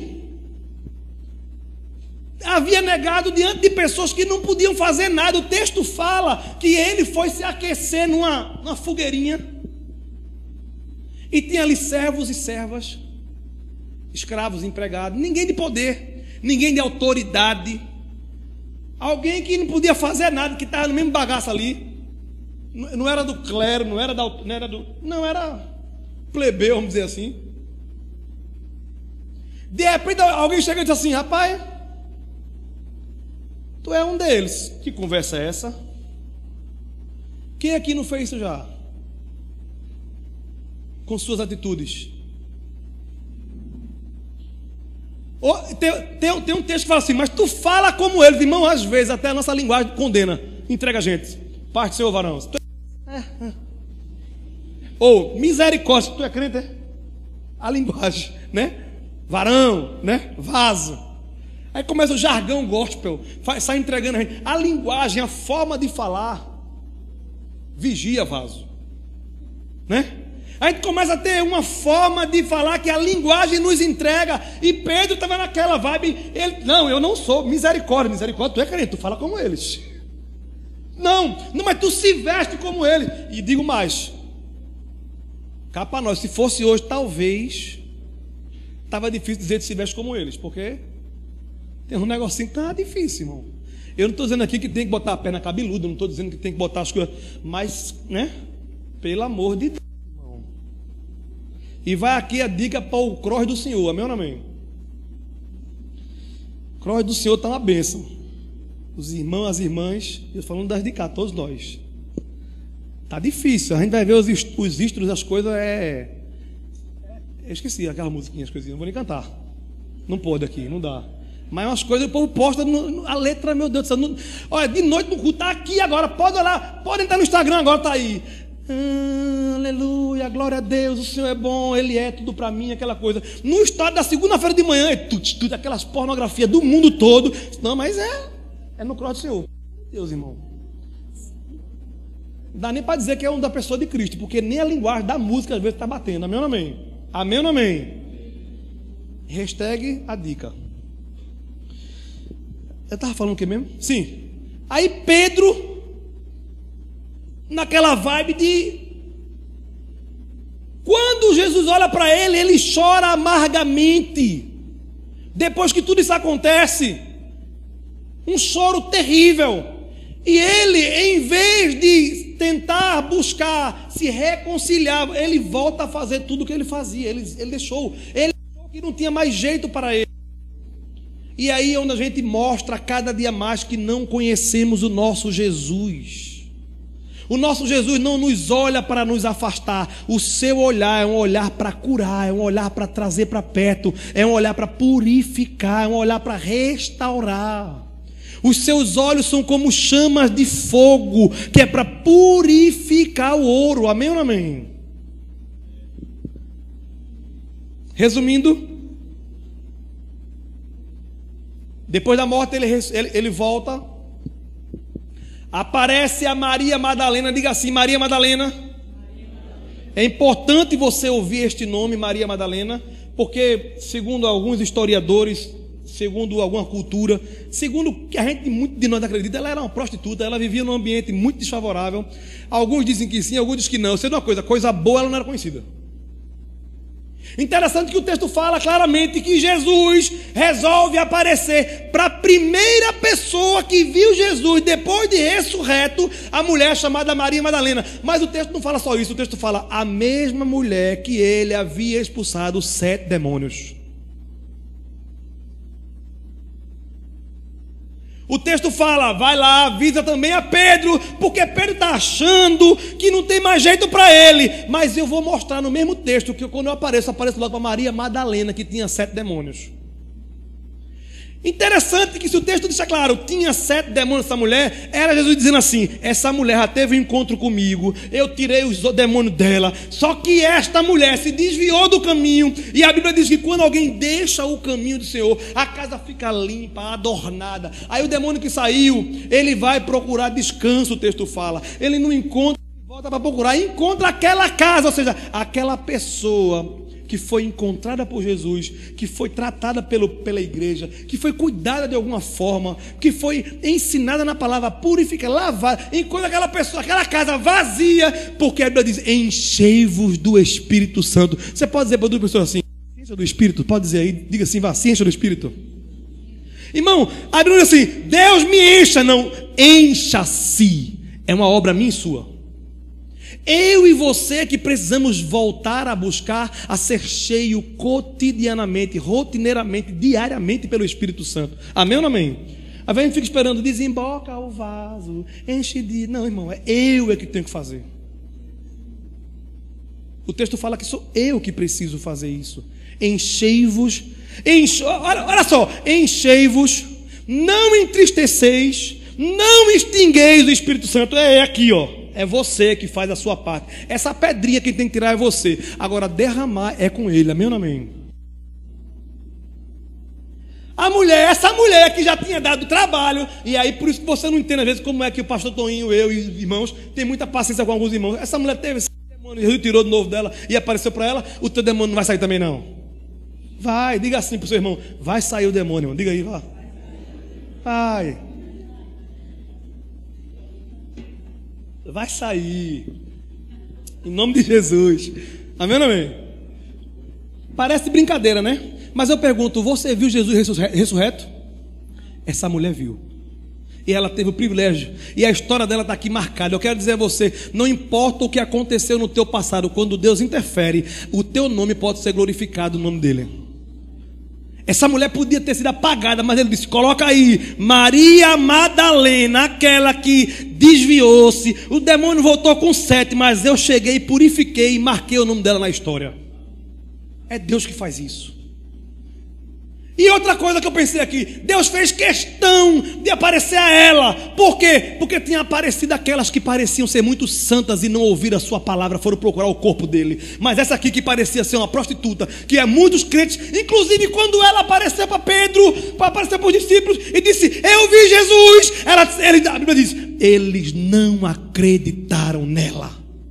havia negado diante de pessoas que não podiam fazer nada. O texto fala que ele foi se aquecer numa, numa fogueirinha, e tinha ali servos e servas, escravos, empregados, ninguém de poder, ninguém de autoridade, alguém que não podia fazer nada, que estava no mesmo bagaço ali, não era do clero, não era, da, não era do, não era plebeu, vamos dizer assim. De repente alguém chega e diz assim: rapaz, tu é um deles. Que conversa é essa? Quem aqui não fez isso já? Com suas atitudes. Tem, tem, tem um texto que fala assim: mas tu fala como eles. Irmão, às vezes até a nossa linguagem condena, entrega a gente. Parte seu varão. Tu é... é, é. Ou misericórdia, tu é crente, é? A linguagem, né? Varão, né? Vaso. Aí começa o jargão gospel, sai entregando a gente. A linguagem, a forma de falar, vigia, vaso, né? A gente começa a ter uma forma de falar que a linguagem nos entrega. E Pedro estava naquela vibe. Ele, não, eu não sou misericórdia. Misericórdia, tu é crente, tu fala como eles. Não, não, mas tu se veste como eles. E digo mais, cá para nós, se fosse hoje, talvez estava difícil dizer que se veste como eles, porque tem um negocinho que tá difícil, irmão. Eu não estou dizendo aqui que tem que botar a perna cabeluda, não estou dizendo que tem que botar as coisas, mas, né, pelo amor de Deus. E vai aqui a dica para o cross do Senhor, amém ou não amém? O cross do Senhor está uma bênção. Os irmãos, as irmãs, eu falando das de cá, todos nós. Está difícil, a gente vai ver os, os istros, as coisas, é... Eu esqueci aquela musiquinha, as coisinhas, não vou nem cantar. Não pode aqui, não dá. Mas umas coisas o povo posta, no, a letra, meu Deus do céu. Não, olha, de noite no culto, está aqui agora, pode olhar, pode entrar no Instagram agora, está aí. Ah, aleluia, glória a Deus, o Senhor é bom, Ele é tudo para mim, aquela coisa. No estado da segunda-feira de manhã, é tudo, tudo, aquelas pornografias do mundo todo. Não, mas é, é no cross do Senhor. Deus, irmão. Não dá nem para dizer que é um da pessoa de Cristo, porque nem a linguagem da música às vezes está batendo. Amém ou não amém? Amém ou não amém? Hashtag a dica. Eu estava falando o que mesmo? Sim. Aí Pedro, naquela vibe de... Quando Jesus olha para ele, ele chora amargamente. Depois que tudo isso acontece, um choro terrível. E ele, em vez de tentar buscar se reconciliar, ele volta a fazer tudo o que ele fazia. Ele, ele deixou, ele deixou que não tinha mais jeito para ele. E aí é onde a gente mostra cada dia mais que não conhecemos o nosso Jesus. O nosso Jesus não nos olha para nos afastar. O seu olhar é um olhar para curar, é um olhar para trazer para perto, é um olhar para purificar, é um olhar para restaurar. Os seus olhos são como chamas de fogo, que é para purificar o ouro. Amém ou não amém? Resumindo, depois da morte ele, ele, ele volta. Aparece a Maria Madalena. Diga assim: Maria Madalena. É importante você ouvir este nome, Maria Madalena, porque segundo alguns historiadores, segundo alguma cultura, segundo o que a gente, muito de nós acredita, ela era uma prostituta, ela vivia num ambiente muito desfavorável. Alguns dizem que sim, alguns dizem que não. Eu sei de uma coisa, coisa boa ela não era conhecida. Interessante que o texto fala claramente que Jesus resolve aparecer para a primeira pessoa que viu Jesus depois de ressurreto, a mulher chamada Maria Madalena. Mas o texto não fala só isso, o texto fala a mesma mulher que ele havia expulsado sete demônios. O texto fala, vai lá, avisa também a Pedro, porque Pedro está achando que não tem mais jeito para ele. Mas eu vou mostrar no mesmo texto que quando eu apareço, apareço logo para Maria Madalena, que tinha sete demônios. Interessante que se o texto deixa claro, tinha sete demônios essa mulher, era Jesus dizendo assim, essa mulher já teve um encontro comigo, eu tirei os demônios dela, só que esta mulher se desviou do caminho, e a Bíblia diz que quando alguém deixa o caminho do Senhor, a casa fica limpa, adornada. Aí o demônio que saiu, ele vai procurar descanso, o texto fala, ele não encontra, volta para procurar, encontra aquela casa, ou seja, aquela pessoa que foi encontrada por Jesus, que foi tratada pelo, pela igreja, que foi cuidada de alguma forma, que foi ensinada na palavra, purifica, lavada, enquanto aquela pessoa, aquela casa vazia, porque a Bíblia diz, enchei-vos do Espírito Santo. Você pode dizer para duas pessoas assim, ciência do Espírito, pode dizer aí, diga assim, vá, ciência do Espírito. Irmão, a Bíblia diz assim, Deus me encha, não, encha-se, é uma obra minha e sua. Eu e você que precisamos voltar a buscar a ser cheio cotidianamente, rotineiramente, diariamente pelo Espírito Santo. Amém ou não amém? Às vezes a gente fica esperando, desemboca o vaso, enche de... Não, irmão, é eu é que tenho que fazer. O texto fala que sou eu que preciso fazer isso. Enchei-vos, enche... olha, olha só, enchei-vos, não entristeceis, não extingueis o Espírito Santo. É aqui, ó. É você que faz a sua parte. Essa pedrinha que tem que tirar é você. Agora derramar é com ele. Amém ou não amém? A mulher, essa mulher que já tinha dado trabalho. E aí por isso que você não entende às vezes como é que o pastor Toninho, eu e os irmãos tem muita paciência com alguns irmãos. Essa mulher teve esse demônio, Jesus tirou de novo dela e apareceu para ela. O teu demônio não vai sair também não. Vai, diga assim para o seu irmão. Vai sair o demônio, irmão. Diga aí, vá. Vai. Vai sair, em nome de Jesus. Amém ou amém? Parece brincadeira, né? Mas eu pergunto, você viu Jesus ressurreto? Essa mulher viu. E ela teve o privilégio. E a história dela está aqui marcada. Eu quero dizer a você, não importa o que aconteceu no teu passado, quando Deus interfere, o teu nome pode ser glorificado no nome dele. Essa mulher podia ter sido apagada, mas ele disse, coloca aí, Maria Madalena, aquela que desviou-se, o demônio voltou com sete, mas eu cheguei, purifiquei e marquei o nome dela na história. É Deus que faz isso. E outra coisa que eu pensei aqui, Deus fez questão de aparecer a ela. Por quê? Porque tinha aparecido aquelas que pareciam ser muito santas e não ouviram a sua palavra, foram procurar o corpo dele. Mas essa aqui que parecia ser uma prostituta, que é muitos crentes, inclusive quando ela apareceu para Pedro, para aparecer para os discípulos e disse, eu vi Jesus, ela, ele, a Bíblia diz, eles não acreditaram nela.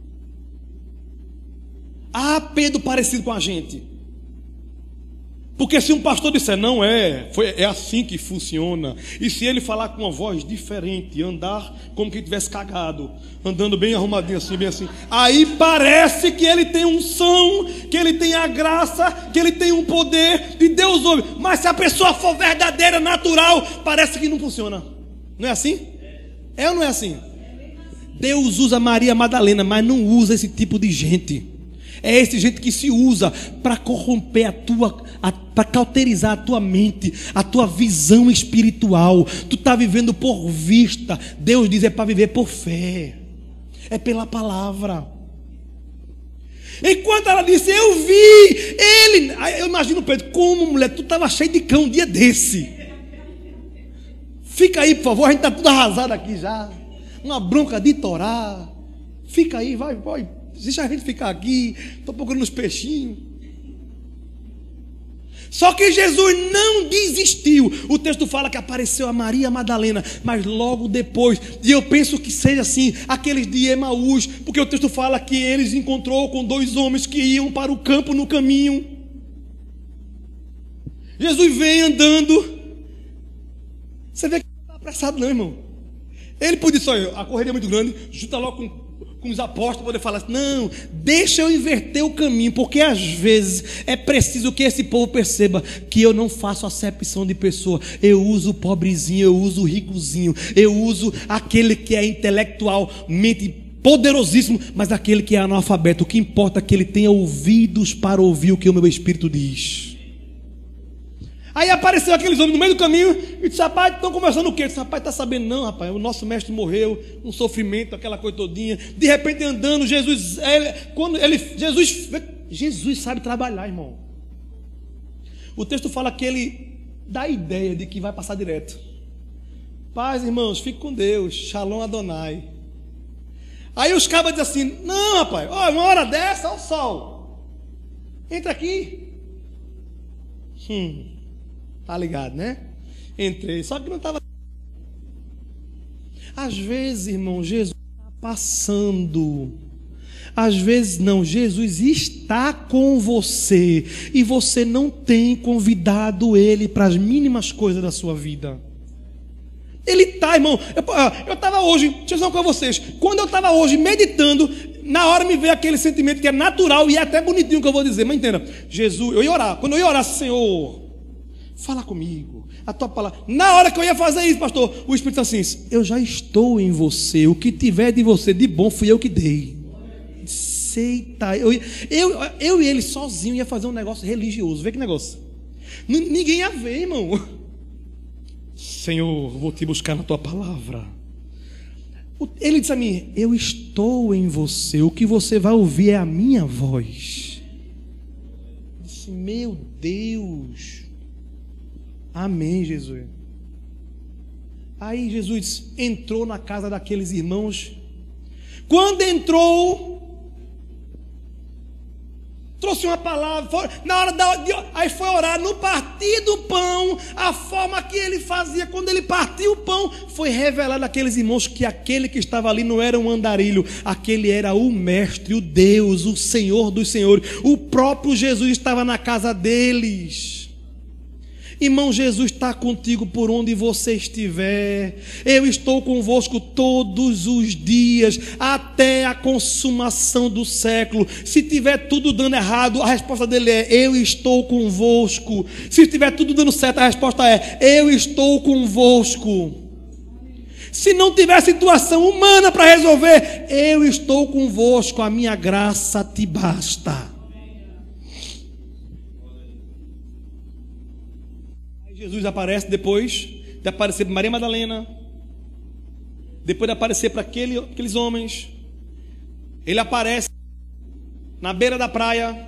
Ah, Pedro parecido com a gente. Porque se um pastor disser, não é, foi, é assim que funciona, e se ele falar com uma voz diferente, andar como que tivesse cagado, andando bem arrumadinho assim, bem assim, aí parece que ele tem unção, que ele tem a graça, que ele tem um poder de Deus ouve. Mas se a pessoa for verdadeira, natural, parece que não funciona. Não é assim? É ou não é assim? Deus usa Maria Madalena, mas não usa esse tipo de gente. É esse gente que se usa para corromper a tua, para cauterizar a tua mente, a tua visão espiritual. Tu está vivendo por vista. Deus diz é para viver por fé. É pela palavra. Enquanto ela disse, eu vi ele. Eu imagino Pedro, como mulher, tu estava cheio de cão um dia desse. Fica aí, por favor, a gente está tudo arrasado aqui já. Uma bronca de Torá. Fica aí, vai, vai. Deixa a gente ficar aqui, estou procurando os peixinhos. Só que Jesus não desistiu. O texto fala que apareceu a Maria Madalena, mas logo depois, e eu penso que seja assim, aqueles de Emaús, porque o texto fala que eles encontrou com dois homens que iam para o campo no caminho. Jesus vem andando. Você vê que não está apressado não, irmão. Ele podia só, a correria é muito grande, junta logo com com os apóstolos poder falar assim, não, deixa eu inverter o caminho, porque às vezes é preciso que esse povo perceba que eu não faço acepção de pessoa, eu uso o pobrezinho, eu uso o ricozinho, eu uso aquele que é intelectualmente poderosíssimo, mas aquele que é analfabeto. O que importa é que ele tenha ouvidos para ouvir o que o meu espírito diz. Aí apareceu aqueles homens no meio do caminho e disse: rapaz, estão conversando o quê? Eu disse: rapaz, está sabendo não, rapaz, o nosso mestre morreu, um sofrimento, aquela coisa todinha. De repente andando, Jesus, ele, quando ele, Jesus, Jesus sabe trabalhar, irmão. O texto fala que ele dá a ideia de que vai passar direto. Paz, irmãos, fique com Deus, Shalom Adonai. Aí os cabas dizem assim: não, rapaz, ó, uma hora dessa, olha o sol, entra aqui. Hum, tá ligado, né? Entrei, só que não estava. Às vezes, irmão, Jesus está passando. Às vezes não, Jesus está com você e você não tem convidado Ele para as mínimas coisas da sua vida. Ele está, irmão. Eu estava hoje, deixa eu dizer com vocês, quando eu estava hoje meditando, na hora me veio aquele sentimento que é natural e é até bonitinho que eu vou dizer, mas entenda, Jesus, eu ia orar, quando eu ia orar, Senhor, fala comigo, a tua palavra. Na hora que eu ia fazer isso, pastor, o Espírito Santo assim: eu já estou em você, o que tiver de você de bom fui eu que dei. Eita, eu, eu, eu e ele sozinho ia fazer um negócio religioso. Vê que negócio. N- ninguém ia ver, irmão. Senhor, vou te buscar na tua palavra. Ele disse a mim: eu estou em você, o que você vai ouvir é a minha voz. Eu disse: meu Deus. Amém, Jesus. Aí Jesus entrou na casa daqueles irmãos. Quando entrou, trouxe uma palavra, foi, na hora da, de, aí foi orar, no partir do pão, a forma que ele fazia, quando ele partia o pão, foi revelado àqueles irmãos que aquele que estava ali não era um andarilho, aquele era o mestre, o Deus, o Senhor dos senhores, o próprio Jesus estava na casa deles. Irmão, Jesus está contigo por onde você estiver. Eu estou convosco todos os dias, até a consumação do século. Se tiver tudo dando errado, a resposta dele é: eu estou convosco. Se tiver tudo dando certo, a resposta é: eu estou convosco. Se não tiver situação humana para resolver, eu estou convosco, a minha graça te basta. Jesus aparece depois de aparecer para Maria Madalena, depois de aparecer para aquele, aqueles homens. Ele aparece na beira da praia,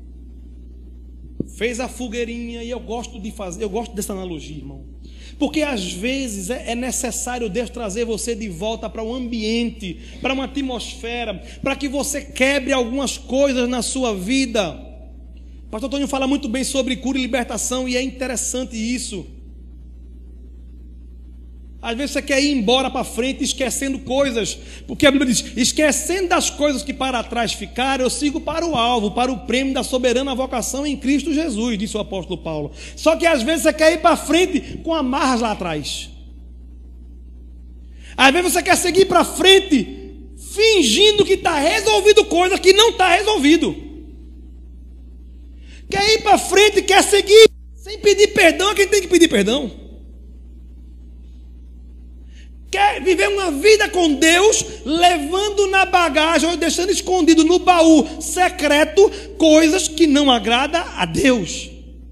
fez a fogueirinha. E eu gosto de fazer, eu gosto dessa analogia, irmão, porque às vezes é, é necessário Deus trazer você de volta para um ambiente, para uma atmosfera, para que você quebre algumas coisas na sua vida. O pastor Antônio fala muito bem sobre cura e libertação, e é interessante isso. Às vezes você quer ir embora para frente esquecendo coisas, porque a Bíblia diz: esquecendo das coisas que para trás ficaram, eu sigo para o alvo, para o prêmio da soberana vocação em Cristo Jesus, disse o apóstolo Paulo. Só que às vezes você quer ir para frente com amarras lá atrás. Às vezes você quer seguir para frente fingindo que está resolvido coisa que não está resolvido. Quer ir para frente, quer seguir sem pedir perdão a quem tem que pedir perdão. Quer viver uma vida com Deus, levando na bagagem ou deixando escondido no baú secreto coisas que não agradam a Deus.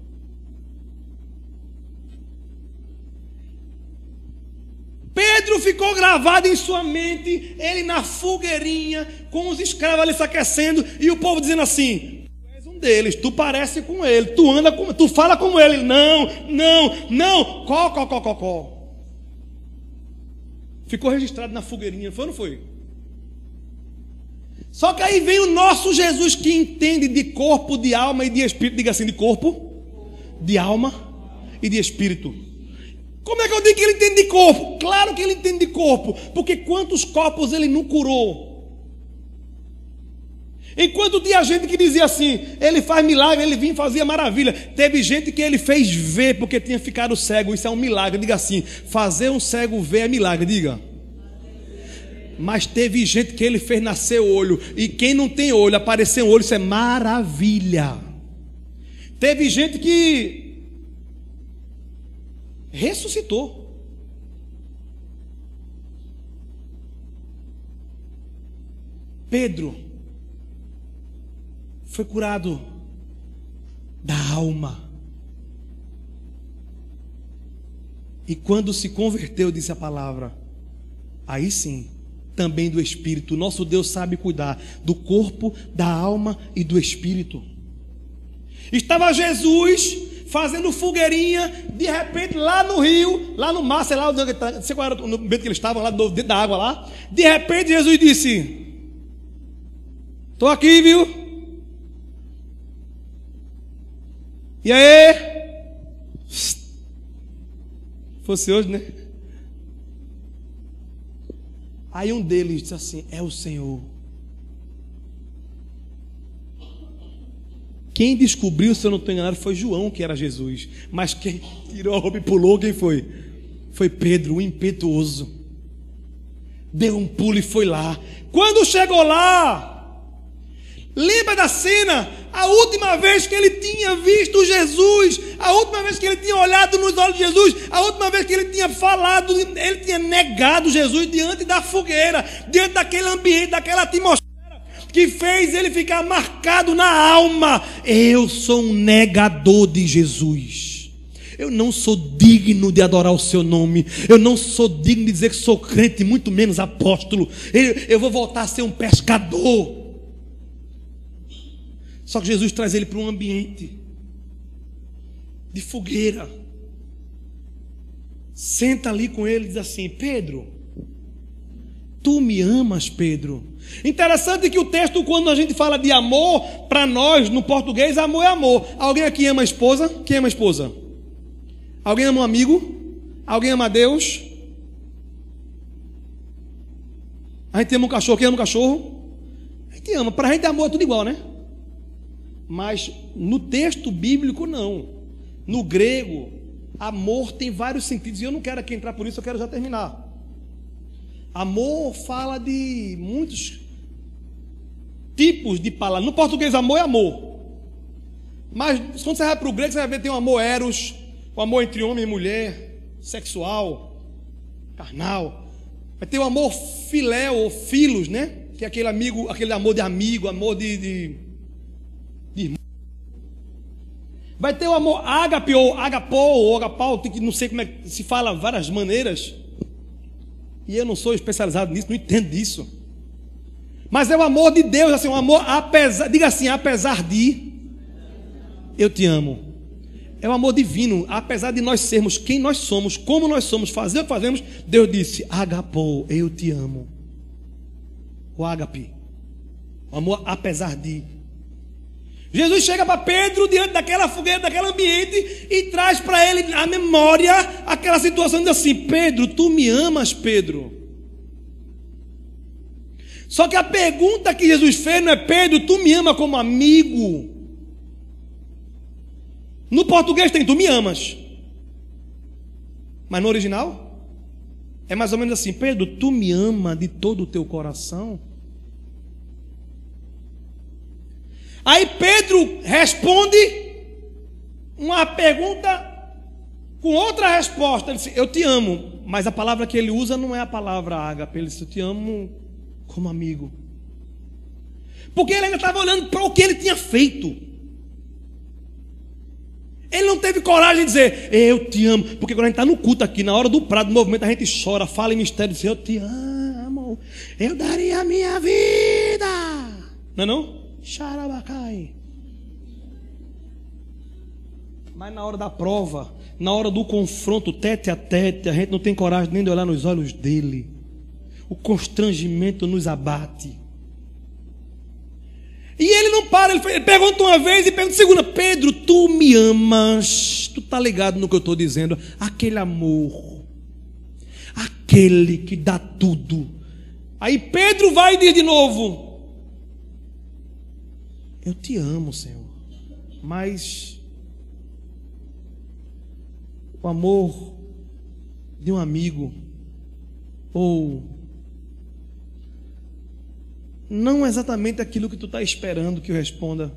Pedro ficou gravado em sua mente, ele na fogueirinha, com os escravos ali se aquecendo, e o povo dizendo assim: deles, tu parece com ele, tu anda com, tu fala como ele. Não, não, não, có, có, có, có, có. Ficou registrado na fogueirinha, foi ou não foi? Só que aí vem o nosso Jesus, que entende de corpo, de alma e de espírito. Diga assim: de corpo, de alma e de espírito. Como é que eu digo que ele entende de corpo? Claro que ele entende de corpo, porque quantos corpos ele não curou? Enquanto tinha gente que dizia assim: ele faz milagre, ele vinha e fazia maravilha. Teve gente que ele fez ver porque tinha ficado cego. Isso é um milagre. Diga assim: fazer um cego ver é milagre. Diga. Mas teve gente que ele fez nascer o olho, e quem não tem olho, aparecer um olho, isso é maravilha. Teve gente que ressuscitou. Pedro foi curado da alma. E quando se converteu, disse a palavra, aí sim, também do espírito. Nosso Deus sabe cuidar do corpo, da alma e do espírito. Estava Jesus fazendo fogueirinha, de repente lá no rio, lá no mar, sei lá, não sei qual era o momento que eles estavam, lá dentro da água lá. De repente Jesus disse: estou aqui, viu? E aí? Fosse hoje, né? Aí um deles disse assim: é o Senhor. Quem descobriu, se eu não estou enganado, foi João, que era Jesus. Mas quem tirou a roupa e pulou, quem foi? Foi Pedro, o impetuoso. Deu um pulo e foi lá. Quando chegou lá, lembra da cena? A última vez que ele tinha visto Jesus, a última vez que ele tinha olhado nos olhos de Jesus, a última vez que ele tinha falado, ele tinha negado Jesus diante da fogueira, diante daquele ambiente, daquela atmosfera que fez ele ficar marcado na alma. Eu sou um negador de Jesus. Eu não sou digno de adorar o seu nome. Eu não sou digno de dizer que sou crente, muito menos apóstolo. Eu, eu vou voltar a ser um pescador. Só que Jesus traz ele para um ambiente de fogueira. Senta ali com ele e diz assim: Pedro, tu me amas, Pedro? Interessante que o texto, quando a gente fala de amor, para nós, no português, amor é amor. Alguém aqui ama a esposa? Quem ama a esposa? Alguém ama um amigo? Alguém ama a Deus? A gente ama um cachorro. Quem ama um cachorro? A gente ama. Para a gente amor é tudo igual, né? Mas no texto bíblico não. No grego, amor tem vários sentidos. E eu não quero aqui entrar por isso, eu quero já terminar. Amor fala de muitos tipos de palavras. No português, amor é amor. Mas quando você vai para o grego, você vai ver que tem o amor eros, o amor entre homem e mulher, sexual, carnal. Vai ter o amor filéu ou filos, né? Que é aquele amigo, aquele amor de amigo, amor de, de, de irmão. Vai ter o amor ágape ou agapó ou agapau, que não sei como é que se fala, várias maneiras. E eu não sou especializado nisso, não entendo disso. Mas é o amor de Deus, assim, um amor apesar, diga assim, apesar de eu te amo. É o amor divino, apesar de nós sermos quem nós somos, como nós somos, fazer o que fazemos, Deus disse: agapô, eu te amo. O ágape, o amor apesar de. Jesus chega para Pedro diante daquela fogueira, daquele ambiente, e traz para ele a memória aquela situação, diz assim: Pedro, tu me amas, Pedro? Só que a pergunta que Jesus fez não é: Pedro, tu me amas como amigo? No português tem: tu me amas. Mas no original é mais ou menos assim: Pedro, tu me amas de todo o teu coração? Aí Pedro responde uma pergunta com outra resposta. Ele disse: eu te amo. Mas a palavra que ele usa não é a palavra ágape. Ele disse: eu te amo como amigo. Porque ele ainda estava olhando para o que ele tinha feito. Ele não teve coragem de dizer: eu te amo. Porque quando a gente está no culto aqui, na hora do prado, do movimento, a gente chora, fala em mistério, diz: eu te amo, eu daria a minha vida. Não é não? Xarabacai. Mas na hora da prova, na hora do confronto tete a tete, a gente não tem coragem nem de olhar nos olhos dele. O constrangimento nos abate. E ele não para, ele pergunta uma vez e pergunta segunda: Pedro, tu me amas? Tu tá ligado no que eu estou dizendo? Aquele amor, aquele que dá tudo. Aí Pedro vai e diz de novo: eu te amo, Senhor, mas o amor de um amigo, ou não exatamente aquilo que tu está esperando que eu responda.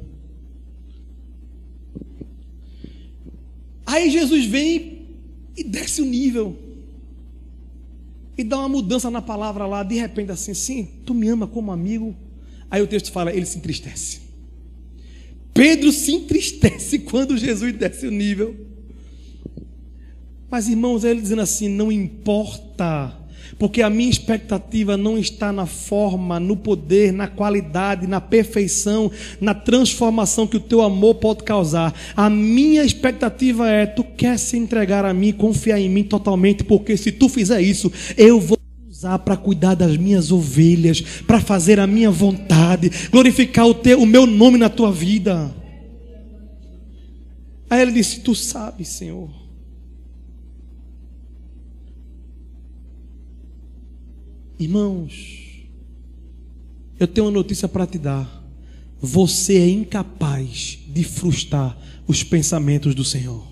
Aí Jesus vem e desce o nível e dá uma mudança na palavra lá, de repente assim: sim, tu me ama como amigo. Aí o texto fala: ele se entristece. Pedro se entristece quando Jesus desce o nível. Mas, irmãos, ele dizendo assim: não importa, porque a minha expectativa não está na forma, no poder, na qualidade, na perfeição, na transformação que o teu amor pode causar. A minha expectativa é: tu quer se entregar a mim, confiar em mim totalmente, porque se tu fizer isso, eu vou usar para cuidar das minhas ovelhas, para fazer a minha vontade, glorificar o, teu, o meu nome na tua vida. Aí ele disse: tu sabes, Senhor. Irmãos, eu tenho uma notícia para te dar. Você é incapaz de frustrar os pensamentos do Senhor.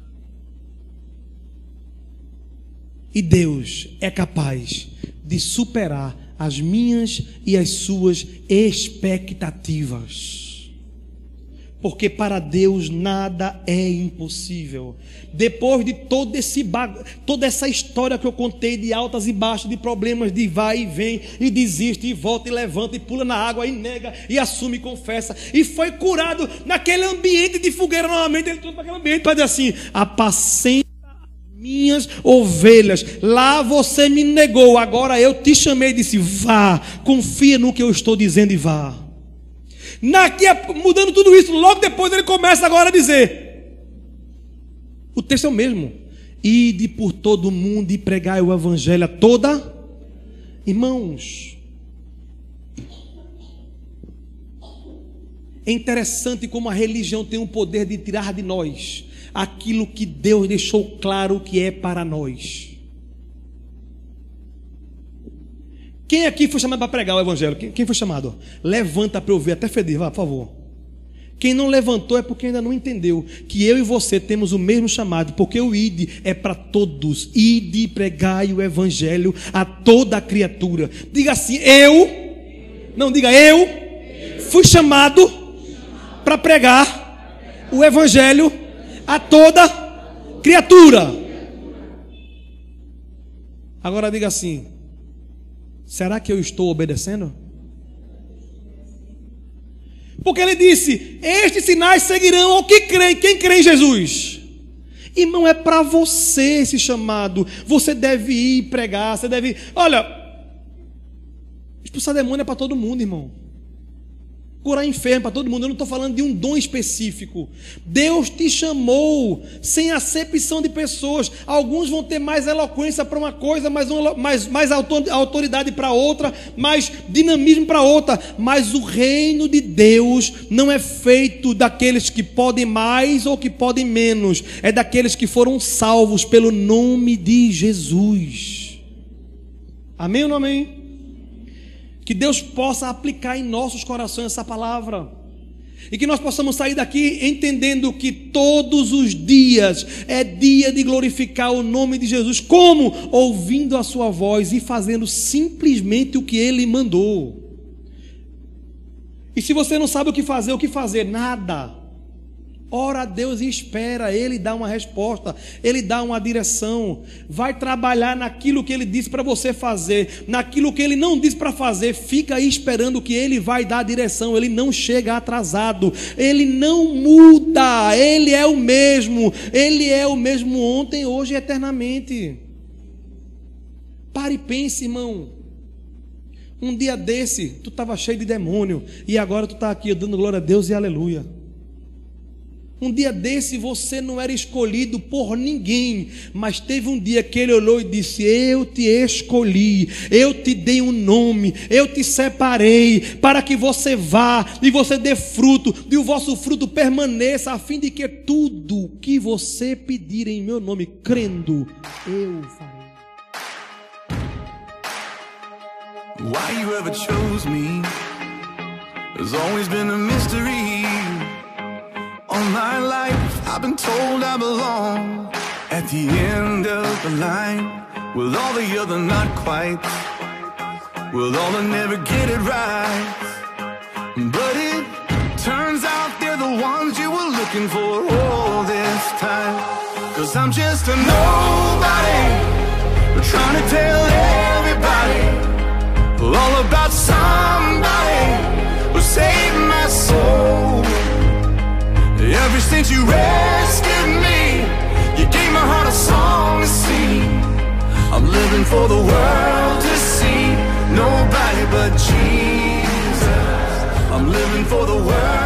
E Deus é capaz de superar as minhas e as suas expectativas. Porque para Deus nada é impossível. Depois de todo esse bag... toda essa história que eu contei de altas e baixas, de problemas, de vai e vem, e desiste, e volta, e levanta, e pula na água, e nega, e assume e confessa, e foi curado naquele ambiente de fogueira novamente. Ele trouxe para aquele ambiente para dizer assim: apacenta minhas ovelhas. Lá você me negou, agora eu te chamei e disse: vá, confia no que eu estou dizendo e vá. Naqui, mudando tudo isso, logo depois ele começa agora a dizer, o texto é o mesmo: ide por todo o mundo e pregai o evangelho a toda. Irmãos, é interessante como a religião tem o poder de tirar de nós aquilo que Deus deixou claro que é para nós. Quem aqui foi chamado para pregar o evangelho? Quem, quem foi chamado? Levanta para eu ver, até feder, vá, por favor. Quem não levantou é porque ainda não entendeu que eu e você temos o mesmo chamado, porque o ide é para todos. Ide e pregai o evangelho a toda a criatura. Diga assim: eu, não, diga eu, fui chamado para pregar o evangelho a toda criatura. Agora diga assim: será que eu estou obedecendo? Porque ele disse: estes sinais seguirão ao que crê. Quem crê em Jesus? Irmão, é para você esse chamado. Você deve ir pregar, você deve... Olha, expulsar demônio é para todo mundo, irmão. Curar enfermo para todo mundo. Eu não estou falando de um dom específico. Deus te chamou sem acepção de pessoas. Alguns vão ter mais eloquência para uma coisa, mais, uma, mais, mais autoridade para outra, mais dinamismo para outra. Mas o reino de Deus não é feito daqueles que podem mais ou que podem menos. É daqueles que foram salvos pelo nome de Jesus. Amém ou não amém? Que Deus possa aplicar em nossos corações essa palavra. E que nós possamos sair daqui entendendo que todos os dias é dia de glorificar o nome de Jesus. Como? Ouvindo a sua voz e fazendo simplesmente o que Ele mandou. E se você não sabe o que fazer, o que fazer? Nada. Ora a Deus e espera, Ele dá uma resposta, Ele dá uma direção. Vai trabalhar naquilo que Ele disse para você fazer. Naquilo que Ele não disse para fazer, fica aí esperando que Ele vai dar a direção. Ele não chega atrasado, Ele não muda, Ele é o mesmo. Ele é o mesmo ontem, hoje e eternamente. Pare e pense, irmão. Um dia desse, tu estava cheio de demônio, e agora tu está aqui dando glória a Deus e aleluia. Um dia desse você não era escolhido por ninguém, mas teve um dia que Ele olhou e disse: eu te escolhi, eu te dei um nome, eu te separei para que você vá e você dê fruto, e o vosso fruto permaneça, a fim de que tudo que você pedir em meu nome, crendo, eu farei. Why you ever chose me has always been a mystery. All my life I've been told I belong at the end of the line, with all the other not quite, with all the never get it right. But it turns out they're the ones you were looking for all this time. Cause I'm just a nobody, trying to tell everybody all about somebody who saved my soul. Ever since you rescued me, you gave my heart a song. for the world to see. Nobody but Jesus. I'm living for the world.